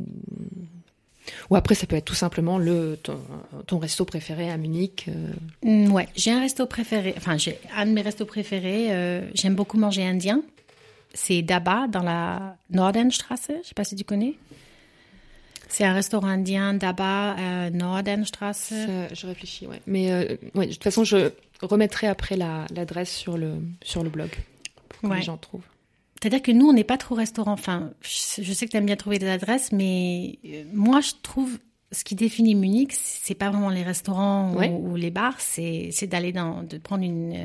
Ou après, ça peut être tout simplement ton resto préféré à Munich. Ouais, j'ai un resto préféré. Enfin, j'ai un de mes restos préférés. J'aime beaucoup manger indien. C'est Daba dans la Nordenstraße. Je sais pas si tu connais. C'est un restaurant indien, Daba, Nordenstraße. Je réfléchis, ouais. Mais ouais, de toute façon, je remettrai après l'adresse sur le blog pour que les gens trouvent. C'est-à-dire que nous, on n'est pas trop restaurant. Enfin, je sais que tu aimes bien trouver des adresses, mais moi, je trouve ce qui définit Munich, c'est pas vraiment les restaurants ou les bars, c'est d'aller de prendre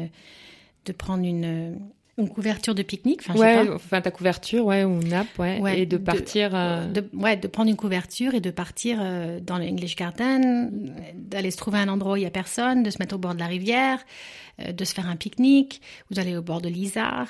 une couverture de pique-nique, enfin, je sais pas. Enfin ta couverture, ou une nappe, et de partir. De prendre une couverture et de partir dans le English Garden, d'aller se trouver un endroit où il y a personne, de se mettre au bord de la rivière, de se faire un pique-nique, ou d'aller au bord de l'Isar,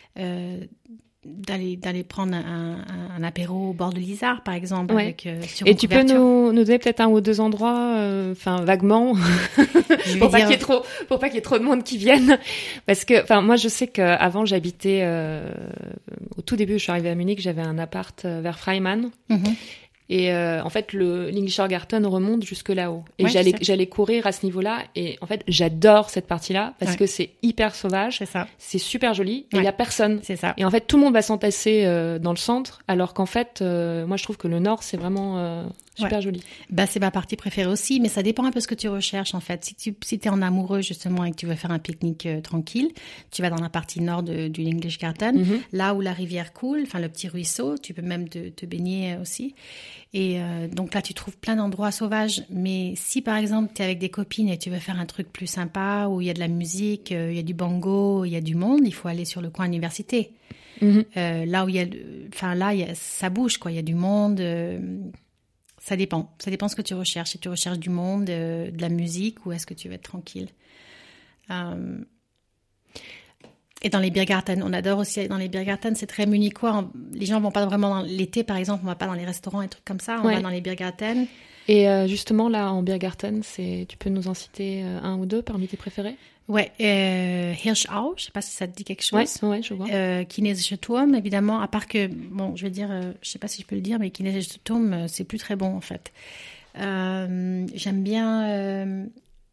d'aller prendre un apéro au bord de l'Isar, par exemple. Ouais. Avec, sur et tu peux nous donner peut-être un ou deux endroits, vaguement, pour pas qu'il y ait trop de monde qui vienne, parce que, moi, je sais qu'avant j'habitais, au tout début, je suis arrivée à Munich, j'avais un appart vers Freimann. Mm-hmm. Et en fait, le l'Englischer Garten remonte jusque là-haut. Et j'allais courir à ce niveau-là. Et en fait, j'adore cette partie-là parce que c'est hyper sauvage. C'est ça. C'est super joli. Et il y a personne. C'est ça. Et en fait, tout le monde va s'entasser dans le centre. Alors qu'en fait, moi, je trouve que le nord, c'est vraiment super joli. C'est ma partie préférée aussi. Mais ça dépend un peu ce que tu recherches, en fait. Si t'es en amoureux, justement, et que tu veux faire un pique-nique tranquille, tu vas dans la partie nord du English Garden. Mm-hmm. Là où la rivière coule, enfin, le petit ruisseau. Tu peux même te baigner aussi. Et donc là, tu trouves plein d'endroits sauvages. Mais si, par exemple, tu es avec des copines et tu veux faire un truc plus sympa, où il y a de la musique, il y a du bango, il y a du monde, il faut aller sur le coin université. Mm-hmm. Là où il y a... ça bouge, quoi. Il y a du monde. Ça dépend. Ça dépend ce que tu recherches. Si tu recherches du monde, de la musique, ou est-ce que tu veux être tranquille. Et dans les Biergarten, on adore aussi aller dans les Biergarten, c'est très munichois. Les gens vont pas vraiment dans l'été, par exemple, on va pas dans les restaurants et trucs comme ça, on va dans les Biergarten. Et justement, là, en Biergarten, tu peux nous en citer un ou deux parmi tes préférés? Ouais, Hirschau, je sais pas si ça te dit quelque chose. Ouais, je vois. Chinesische Turm, évidemment, à part que, bon, je vais dire, je sais pas si je peux le dire, mais Chinesische Turm, c'est plus très bon, en fait. J'aime bien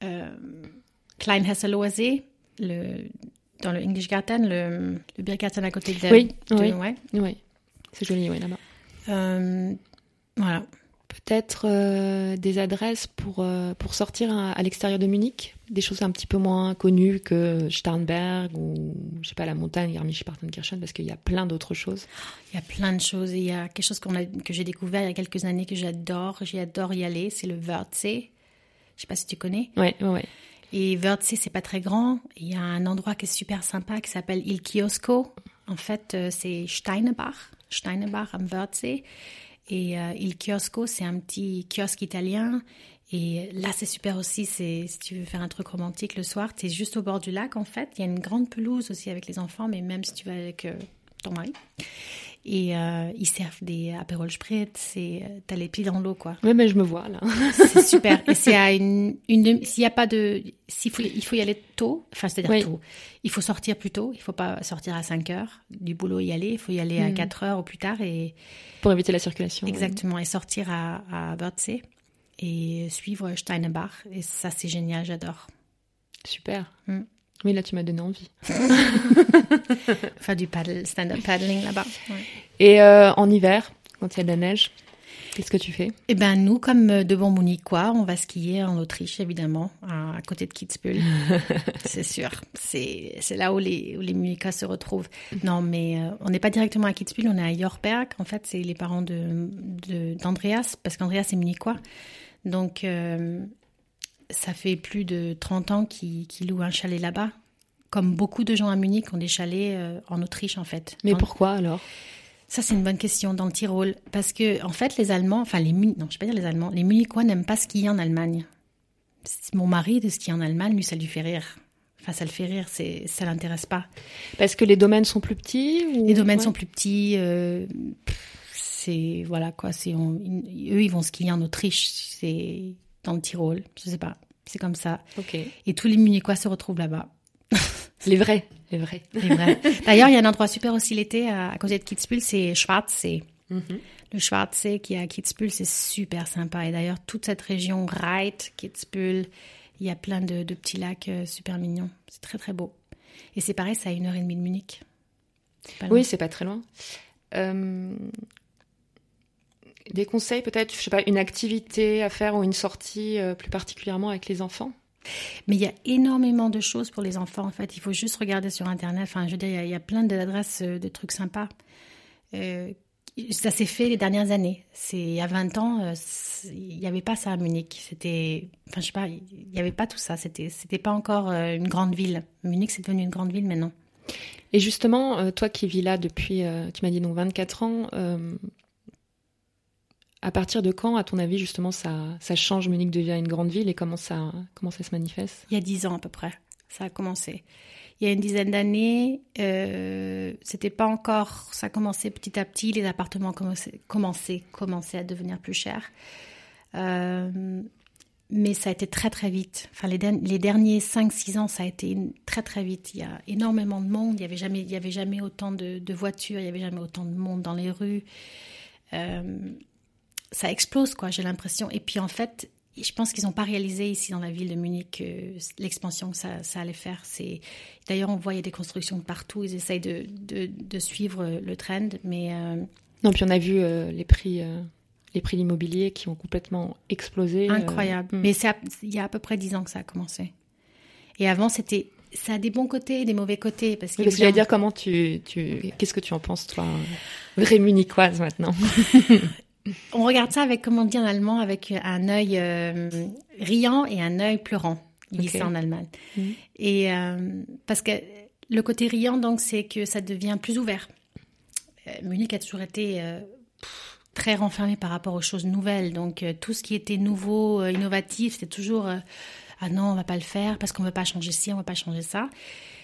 Klein Hesseloher See, dans le English Garten, le Biergarten à côté de... Oui, c'est joli, là-bas. Voilà. Peut-être des adresses pour sortir à l'extérieur de Munich, des choses un petit peu moins connues que Starnberg ou, je sais pas, la montagne Garmisch-Partenkirchen, parce qu'il y a plein d'autres choses. Il y a plein de choses. Il y a quelque chose que j'ai découvert il y a quelques années que j'adore y aller, c'est le Wörthsee. Je sais pas si tu connais. Ouais. Et Wörthsee, c'est pas très grand. Il y a un endroit qui est super sympa qui s'appelle Il Kiosko. En fait, c'est Steinebach am Wörthsee. Et Il Chiosco, c'est un petit kiosque italien. Et là, c'est super aussi, si tu veux faire un truc romantique le soir, tu es juste au bord du lac, en fait. Il y a une grande pelouse aussi avec les enfants, mais même si tu vas avec ton mari. Et ils servent des Aperol Spritz et t'as les pieds dans l'eau, quoi. Oui, mais je me vois, là. C'est super. Et c'est à s'il y a pas de... il faut y aller tôt, enfin, c'est-à-dire tôt. Il faut sortir plus tôt. Il faut pas sortir à 5 heures du boulot y aller. Il faut y aller à 4 heures ou plus tard. Pour éviter la circulation. Exactement. Et sortir à Wörthsee et suivre Steinebach. Et ça, c'est génial. J'adore. Super. Oui, là, tu m'as donné envie. Faire du stand-up paddling là-bas. Ouais. Et en hiver, quand il y a de la neige, qu'est-ce que tu fais? Eh ben, nous, comme de bons Munichois, on va skier en Autriche, évidemment, à côté de Kitzbühel. C'est sûr. C'est là où les Munichois se retrouvent. Non, mais on n'est pas directement à Kitzbühel, on est à Jorberg. En fait, c'est les parents d'Andreas, parce qu'Andreas est Munichois. Donc... ça fait plus de 30 ans qu'ils louent un chalet là-bas. Comme beaucoup de gens à Munich ont des chalets en Autriche, en fait. Mais pourquoi, alors? Ça, c'est une bonne question, dans le Tyrol. Parce que, en fait, les Allemands... Enfin, non, je ne vais pas dire les Allemands. Les Munichois n'aiment pas skier en Allemagne. Mon mari, de skier en Allemagne, lui, ça lui fait rire. Enfin, ça le fait rire, ça l'intéresse pas. Parce que les domaines sont plus petits Les domaines sont plus petits. C'est... Voilà, quoi. Eux, ils vont skier en Autriche. C'est... dans le Tyrol, je sais pas, c'est comme ça. Okay. Et tous les Munichois se retrouvent là-bas. Les vrais. D'ailleurs, il y a un endroit super aussi l'été à côté de Kitzbühel, c'est Schwarzsee. Le Schwarzsee qui est à Kitzbühel, c'est super sympa. Et d'ailleurs, toute cette région, Reit, Kitzbühel, il y a plein de petits lacs super mignons. C'est très, très beau. Et c'est pareil, c'est à 1h30 de Munich. C'est pas très loin. Des conseils peut-être, je sais pas, une activité à faire ou une sortie plus particulièrement avec les enfants? Mais il y a énormément de choses pour les enfants, en fait. Il faut juste regarder sur Internet. Enfin, je veux dire, il y a plein d'adresses de trucs sympas. Ça s'est fait les dernières années. Il y a 20 ans, il n'y avait pas ça à Munich. Enfin, je sais pas, il n'y avait pas tout ça. C'était pas encore une grande ville. Munich, c'est devenu une grande ville maintenant. Et justement, toi qui vis là depuis, tu m'as dit donc 24 ans, à partir de quand, à ton avis, justement, ça change, Munich devient une grande ville et comment ça se manifeste? Il y a 10 ans à peu près, ça a commencé. Il y a une dizaine d'années, c'était pas encore... Ça commençait petit à petit, les appartements commençaient à devenir plus chers. Mais ça a été très très vite. Enfin, les derniers 5-6 ans, ça a été très très vite. Il y a énormément de monde, il y avait jamais autant de voitures, il y avait jamais autant de monde dans les rues. Ça explose, quoi, j'ai l'impression. Et puis, en fait, je pense qu'ils n'ont pas réalisé ici dans la ville de Munich l'expansion que ça allait faire. D'ailleurs, on voit, il y a des constructions de partout. Ils essayent de suivre le trend, mais... Non, puis on a vu les prix de l'immobilier qui ont complètement explosé. Incroyable. Mais il y a à peu près 10 ans que ça a commencé. Et avant, ça a des bons côtés et des mauvais côtés. Parce que je vais dire, qu'est-ce que tu en penses, toi, vraie munichoise maintenant? On regarde ça avec, comme on dit en allemand, avec un œil riant et un œil pleurant. Ils disent ça en Allemagne. Et parce que le côté riant, donc, c'est que ça devient plus ouvert. Munich a toujours été très renfermé par rapport aux choses nouvelles. Donc, tout ce qui était nouveau, innovatif, c'était toujours ah non, on va pas le faire parce qu'on veut pas changer ci, on veut pas changer ça.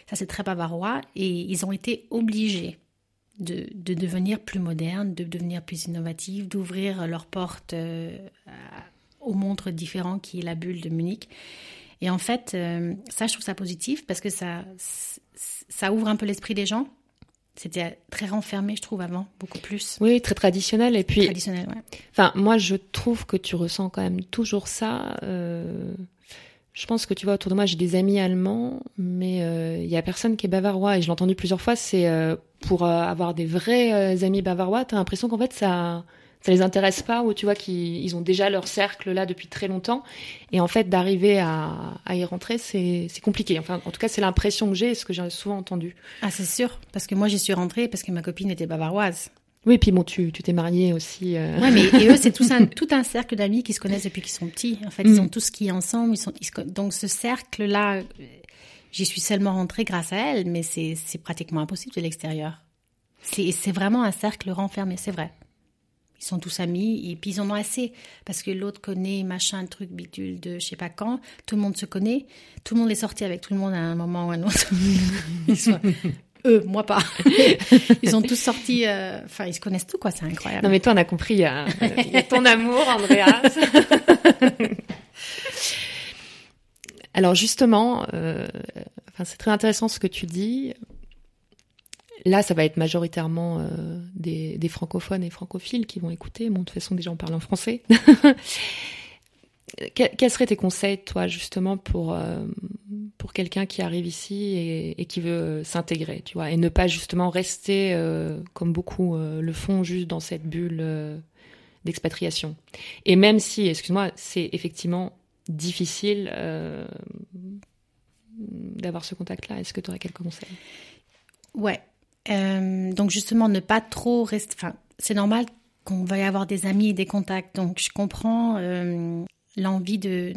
Ça, c'est très bavarois. Et ils ont été obligés de devenir plus modernes, de devenir plus innovatifs, d'ouvrir leurs portes aux montres différents qui est la bulle de Munich. Et en fait, ça, je trouve ça positif parce que ça ouvre un peu l'esprit des gens. C'était très renfermé, je trouve, avant, beaucoup plus. Oui, très traditionnel. Et puis, traditionnel, ouais. Enfin, moi, je trouve que tu ressens quand même toujours ça. Je pense que tu vois, autour de moi, j'ai des amis allemands, mais il y a personne qui est bavarois. Et je l'ai entendu plusieurs fois, c'est pour avoir des vrais amis bavarois, t'as l'impression qu'en fait, ça les intéresse pas, ou tu vois qu'ils ont déjà leur cercle là depuis très longtemps. Et en fait, d'arriver à y rentrer, c'est compliqué. Enfin, en tout cas, c'est l'impression que j'ai et ce que j'ai souvent entendu. Ah, c'est sûr. Parce que moi, j'y suis rentrée parce que ma copine était bavaroise. Oui, puis bon, tu t'es mariée aussi. Ouais, mais et eux, c'est tout un cercle d'amis qui se connaissent depuis qu'ils sont petits. En fait, ils ont tous ski ensemble. Donc, ce cercle-là, j'y suis seulement rentrée grâce à elle, mais c'est pratiquement impossible de l'extérieur. C'est vraiment un cercle renfermé, c'est vrai. Ils sont tous amis et puis ils en ont assez parce que l'autre connaît machin, truc, bidule de je sais pas quand. Tout le monde se connaît. Tout le monde est sorti avec tout le monde à un moment ou à un autre. Eux, moi pas. Ils ont tous sorti, ils se connaissent tout, quoi, c'est incroyable. Non, mais toi, on a compris, il y a ton amour, Andreas. Alors, justement, c'est très intéressant ce que tu dis. Là, ça va être majoritairement des francophones et francophiles qui vont écouter. Bon, de toute façon, déjà, on parle en français. Quels seraient tes conseils, toi, justement, pour quelqu'un qui arrive ici et qui veut s'intégrer, tu vois, et ne pas justement rester, comme beaucoup le font, juste dans cette bulle d'expatriation. Et même si, excuse-moi, c'est effectivement difficile d'avoir ce contact-là, est-ce que tu aurais quelques conseils ? Ouais. Donc, justement, ne pas trop rester... Enfin, c'est normal qu'on va y avoir des amis et des contacts. Donc, je comprends... l'envie de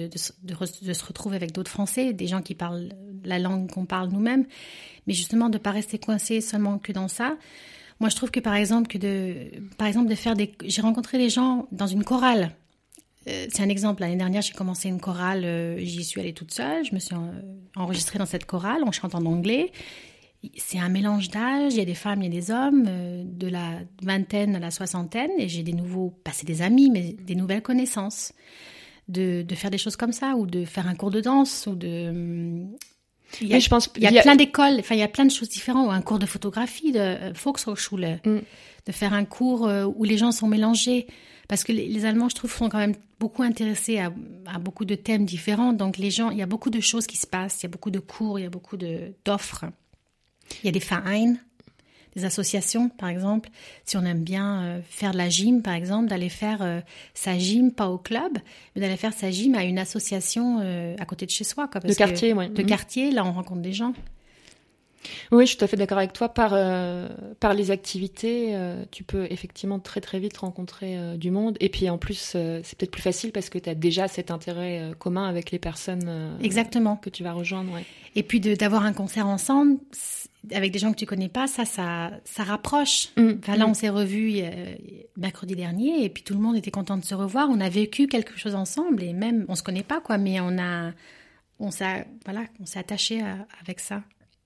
se retrouver avec d'autres Français, des gens qui parlent la langue qu'on parle nous-mêmes, mais justement de ne pas rester coincé seulement que dans ça. Moi, je trouve que par exemple, de faire des... J'ai rencontré des gens dans une chorale. C'est un exemple. L'année dernière, j'ai commencé une chorale, j'y suis allée toute seule, je me suis enregistrée dans cette chorale, on chante en anglais. C'est un mélange d'âge, il y a des femmes, il y a des hommes, de la vingtaine à la soixantaine, et j'ai c'est des amis, mais des nouvelles connaissances. De faire des choses comme ça, ou de faire un cours de danse, ou de... Il y a plein d'écoles, il y a plein de choses différentes, ou un cours de photographie, de Volkshochschule, de faire un cours où les gens sont mélangés, parce que les Allemands, je trouve, sont quand même beaucoup intéressés à beaucoup de thèmes différents, donc les gens, il y a beaucoup de choses qui se passent, il y a beaucoup de cours, il y a beaucoup d'offres. Il y a des Vereine, des associations, par exemple. Si on aime bien faire de la gym, par exemple, d'aller faire sa gym, pas au club, mais d'aller faire sa gym à une association à côté de chez soi. Quoi, parce quartier, oui. De quartier, là, on rencontre des gens. Oui, je suis tout à fait d'accord avec toi. Par les activités, tu peux effectivement très très vite rencontrer du monde. Et puis en plus, c'est peut-être plus facile parce que tu as déjà cet intérêt commun avec les personnes Exactement. Que tu vas rejoindre. Ouais. Et puis d'avoir un concert ensemble avec des gens que tu connais pas, ça rapproche. Là, on s'est revus mercredi dernier et puis tout le monde était content de se revoir. On a vécu quelque chose ensemble et même, on se connaît pas, quoi, mais on s'est attaché avec ça.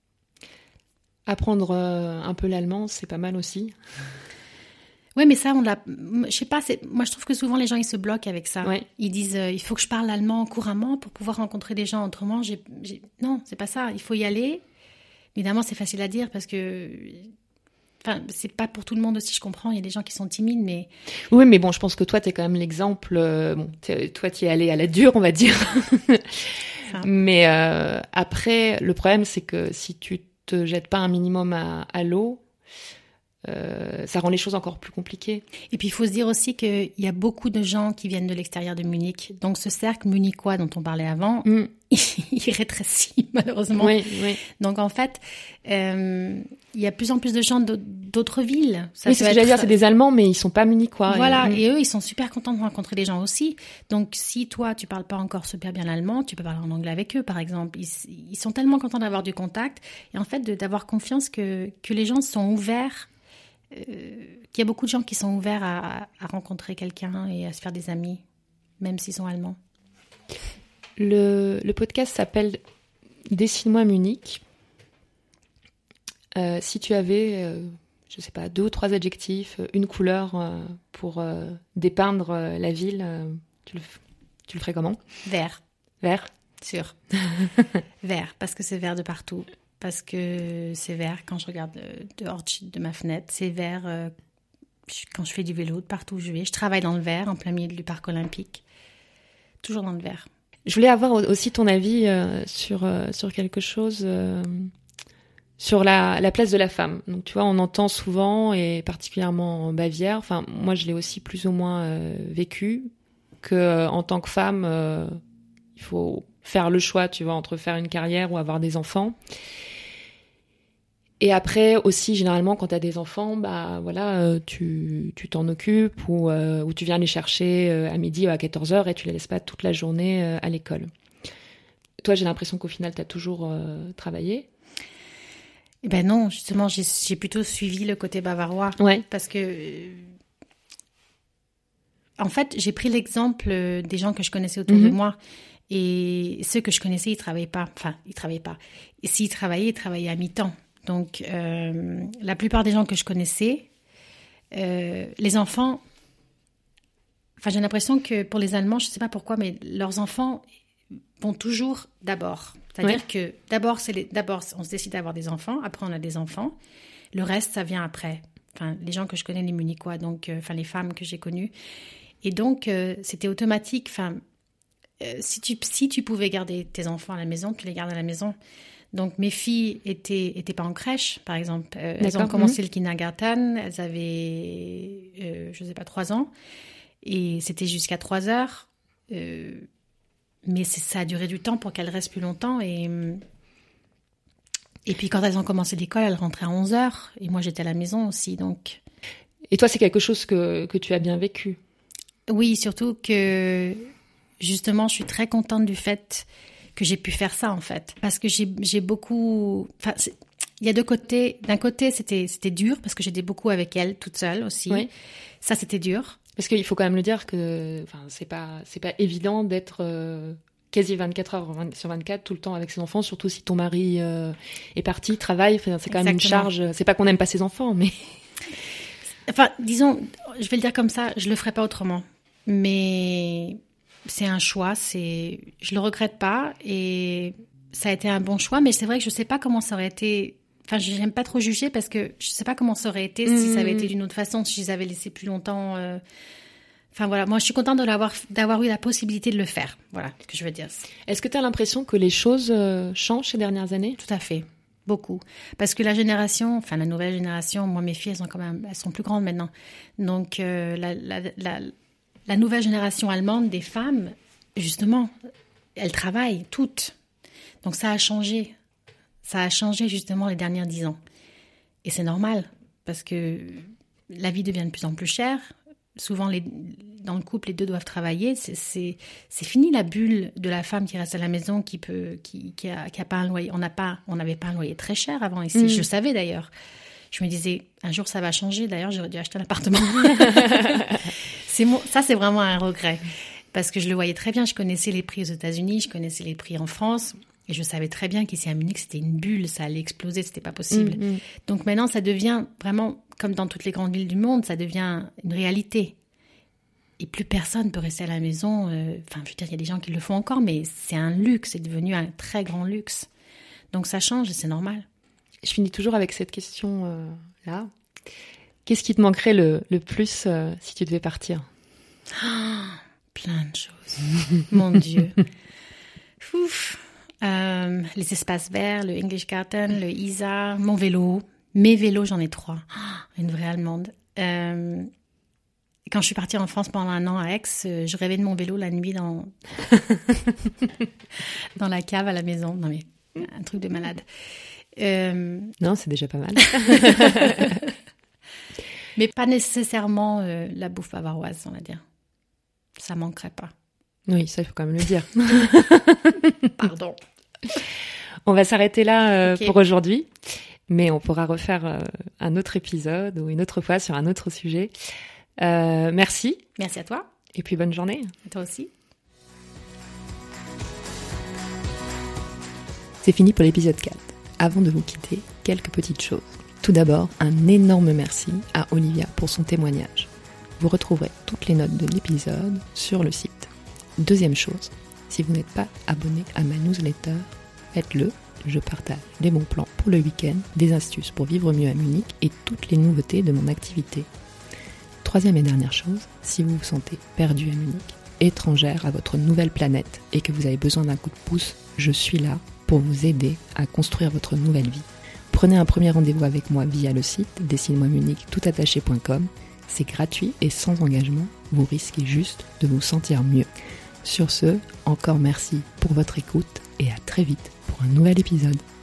Apprendre un peu l'allemand, c'est pas mal aussi. Oui, mais ça, je sais pas, moi je trouve que souvent les gens ils se bloquent avec ça. Ouais. Ils disent il faut que je parle allemand couramment pour pouvoir rencontrer des gens. Autrement, non, c'est pas ça. Il faut y aller. Évidemment, c'est facile à dire parce que c'est pas pour tout le monde aussi, je comprends. Il y a des gens qui sont timides, mais... Oui, mais bon, je pense que toi, t'es quand même l'exemple... toi, t'y es allé à la dure, on va dire. Mais après, le problème, c'est que si tu te jettes pas un minimum à l'eau, ça rend les choses encore plus compliquées. Et puis, il faut se dire aussi qu'il y a beaucoup de gens qui viennent de l'extérieur de Munich. Donc, ce cercle munichois dont on parlait avant, il rétrécit, malheureusement. Oui. Donc, en fait, il y a de plus en plus de gens d'autres villes. C'est ce que j'allais dire, c'est des Allemands, mais ils sont pas munichois. Voilà, et eux, ils sont super contents de rencontrer des gens aussi. Donc, si toi, tu parles pas encore super bien l'allemand, tu peux parler en anglais avec eux, par exemple. Ils sont tellement contents d'avoir du contact. Et en fait, d'avoir confiance que les gens sont ouverts, qu'il y a beaucoup de gens qui sont ouverts à rencontrer quelqu'un et à se faire des amis, même s'ils sont allemands. Le podcast s'appelle « Dessine-moi Munich ». Si tu avais, je sais pas, 2 ou 3 adjectifs, une couleur pour dépeindre la ville, tu le ferais comment ? Vert. Vert ? Sûr. Vert, parce que c'est vert de partout. Parce que c'est vert quand je regarde dehors de ma fenêtre. C'est vert quand je fais du vélo, de partout où je vais. Je travaille dans le vert, en plein milieu du parc olympique. Toujours dans le vert. Je voulais avoir aussi ton avis sur quelque chose, sur la place de la femme. Donc tu vois, on entend souvent, et particulièrement en Bavière, enfin moi je l'ai aussi plus ou moins vécu, que en tant que femme, il faut faire le choix, tu vois, entre faire une carrière ou avoir des enfants. Et après aussi, généralement, quand tu as des enfants, bah voilà, tu t'en occupes ou tu viens les chercher à midi ou à 14h et tu les laisses pas toute la journée à l'école. Toi, j'ai l'impression qu'au final, tu as toujours travaillé. Eh ben non, justement, j'ai plutôt suivi le côté bavarois. Ouais. Parce que, en fait, j'ai pris l'exemple des gens que je connaissais autour de moi. Et ceux que je connaissais, ils travaillaient pas. Enfin, ils travaillaient pas. Et s'ils travaillaient à mi-temps. Donc, la plupart des gens que je connaissais, les enfants... Enfin, j'ai l'impression que pour les Allemands, je ne sais pas pourquoi, mais leurs enfants vont toujours d'abord. C'est-à-dire que d'abord, on se décide d'avoir des enfants. Après, on a des enfants. Le reste, ça vient après. Enfin, les gens que je connais, les Munichois, donc, enfin, les femmes que j'ai connues. Et donc, c'était automatique. Enfin, si tu pouvais garder tes enfants à la maison, tu les gardes à la maison. Donc, mes filles étaient pas en crèche, par exemple. Elles ont commencé le kindergarten, elles avaient, 3 ans. Et c'était jusqu'à 3 heures. Mais ça a duré du temps pour qu'elles restent plus longtemps. Et puis, quand elles ont commencé l'école, elles rentraient à 11 heures. Et moi, j'étais à la maison aussi, donc... Et toi, c'est quelque chose que tu as bien vécu ? Oui, surtout que, justement, je suis très contente du fait que j'ai pu faire ça, en fait. Parce que j'ai beaucoup... Enfin, il y a 2 côtés. D'un côté, c'était dur, parce que j'étais beaucoup avec elle, toute seule aussi. Oui. Ça, c'était dur. Parce qu'il faut quand même le dire que c'est pas évident d'être quasi 24 heures sur 24 tout le temps avec ses enfants, surtout si ton mari est parti, travaille. C'est quand même une charge. C'est pas qu'on n'aime pas ses enfants, mais... Enfin, disons, je vais le dire comme ça, je le ferai pas autrement. Mais c'est un choix, je le regrette pas et ça a été un bon choix. Mais c'est vrai que je sais pas comment ça aurait été... Enfin, j'aime pas trop juger parce que je sais pas comment ça aurait été si ça avait été d'une autre façon, si je les avais laissés plus longtemps. Enfin voilà, moi je suis contente d'avoir eu la possibilité de le faire. Voilà ce que je veux dire. Est-ce que tu as l'impression que les choses changent ces dernières années ? Tout à fait, beaucoup. Parce que la nouvelle génération, moi mes filles elles sont plus grandes maintenant. Donc la nouvelle génération allemande des femmes, justement, elles travaillent toutes. Donc ça a changé. Ça a changé justement les dernières 10 ans. Et c'est normal, parce que la vie devient de plus en plus chère. Souvent, dans le couple, les 2 doivent travailler. C'est fini la bulle de la femme qui reste à la maison, qui a pas un loyer. On n'avait pas un loyer très cher avant ici. Je le savais d'ailleurs. Je me disais, un jour ça va changer. D'ailleurs, j'aurais dû acheter un appartement. Ça, c'est vraiment un regret. Parce que je le voyais très bien. Je connaissais les prix aux États-Unis, je connaissais les prix en France. Et je savais très bien qu'ici à Munich, c'était une bulle, ça allait exploser, c'était pas possible. Donc maintenant, ça devient vraiment, comme dans toutes les grandes villes du monde, ça devient une réalité. Et plus personne peut rester à la maison. Enfin, je veux dire, il y a des gens qui le font encore, mais c'est un luxe, c'est devenu un très grand luxe. Donc ça change et c'est normal. Je finis toujours avec cette question-là. Qu'est-ce qui te manquerait le plus si tu devais partir ? Plein de choses. Mon Dieu. Ouf. Les espaces verts, le English Garden, le Isar, mon vélo. Mes vélos, j'en ai 3. Une vraie Allemande. Quand je suis partie en France pendant 1 an à Aix, je rêvais de mon vélo la nuit dans la cave à la maison. Non mais, un truc de malade. Non, c'est déjà pas mal. Mais pas nécessairement la bouffe bavaroise, on va dire. Ça manquerait pas. Oui, ça, il faut quand même le dire. Pardon. On va s'arrêter là pour aujourd'hui, mais on pourra refaire un autre épisode ou une autre fois sur un autre sujet. Merci. Merci à toi. Et puis bonne journée. À toi aussi. C'est fini pour l'épisode 4. Avant de vous quitter, quelques petites choses. Tout d'abord, un énorme merci à Olivia pour son témoignage. Vous retrouverez toutes les notes de l'épisode sur le site. Deuxième chose, si vous n'êtes pas abonné à ma newsletter, faites-le. Je partage les bons plans pour le week-end, des astuces pour vivre mieux à Munich et toutes les nouveautés de mon activité. Troisième et dernière chose, si vous vous sentez perdu à Munich, étrangère à votre nouvelle planète et que vous avez besoin d'un coup de pouce, je suis là pour vous aider à construire votre nouvelle vie. Prenez un premier rendez-vous avec moi via le site dessine-moi-munich-toutattaché.com. C'est gratuit et sans engagement, vous risquez juste de vous sentir mieux. Sur ce, encore merci pour votre écoute et à très vite pour un nouvel épisode.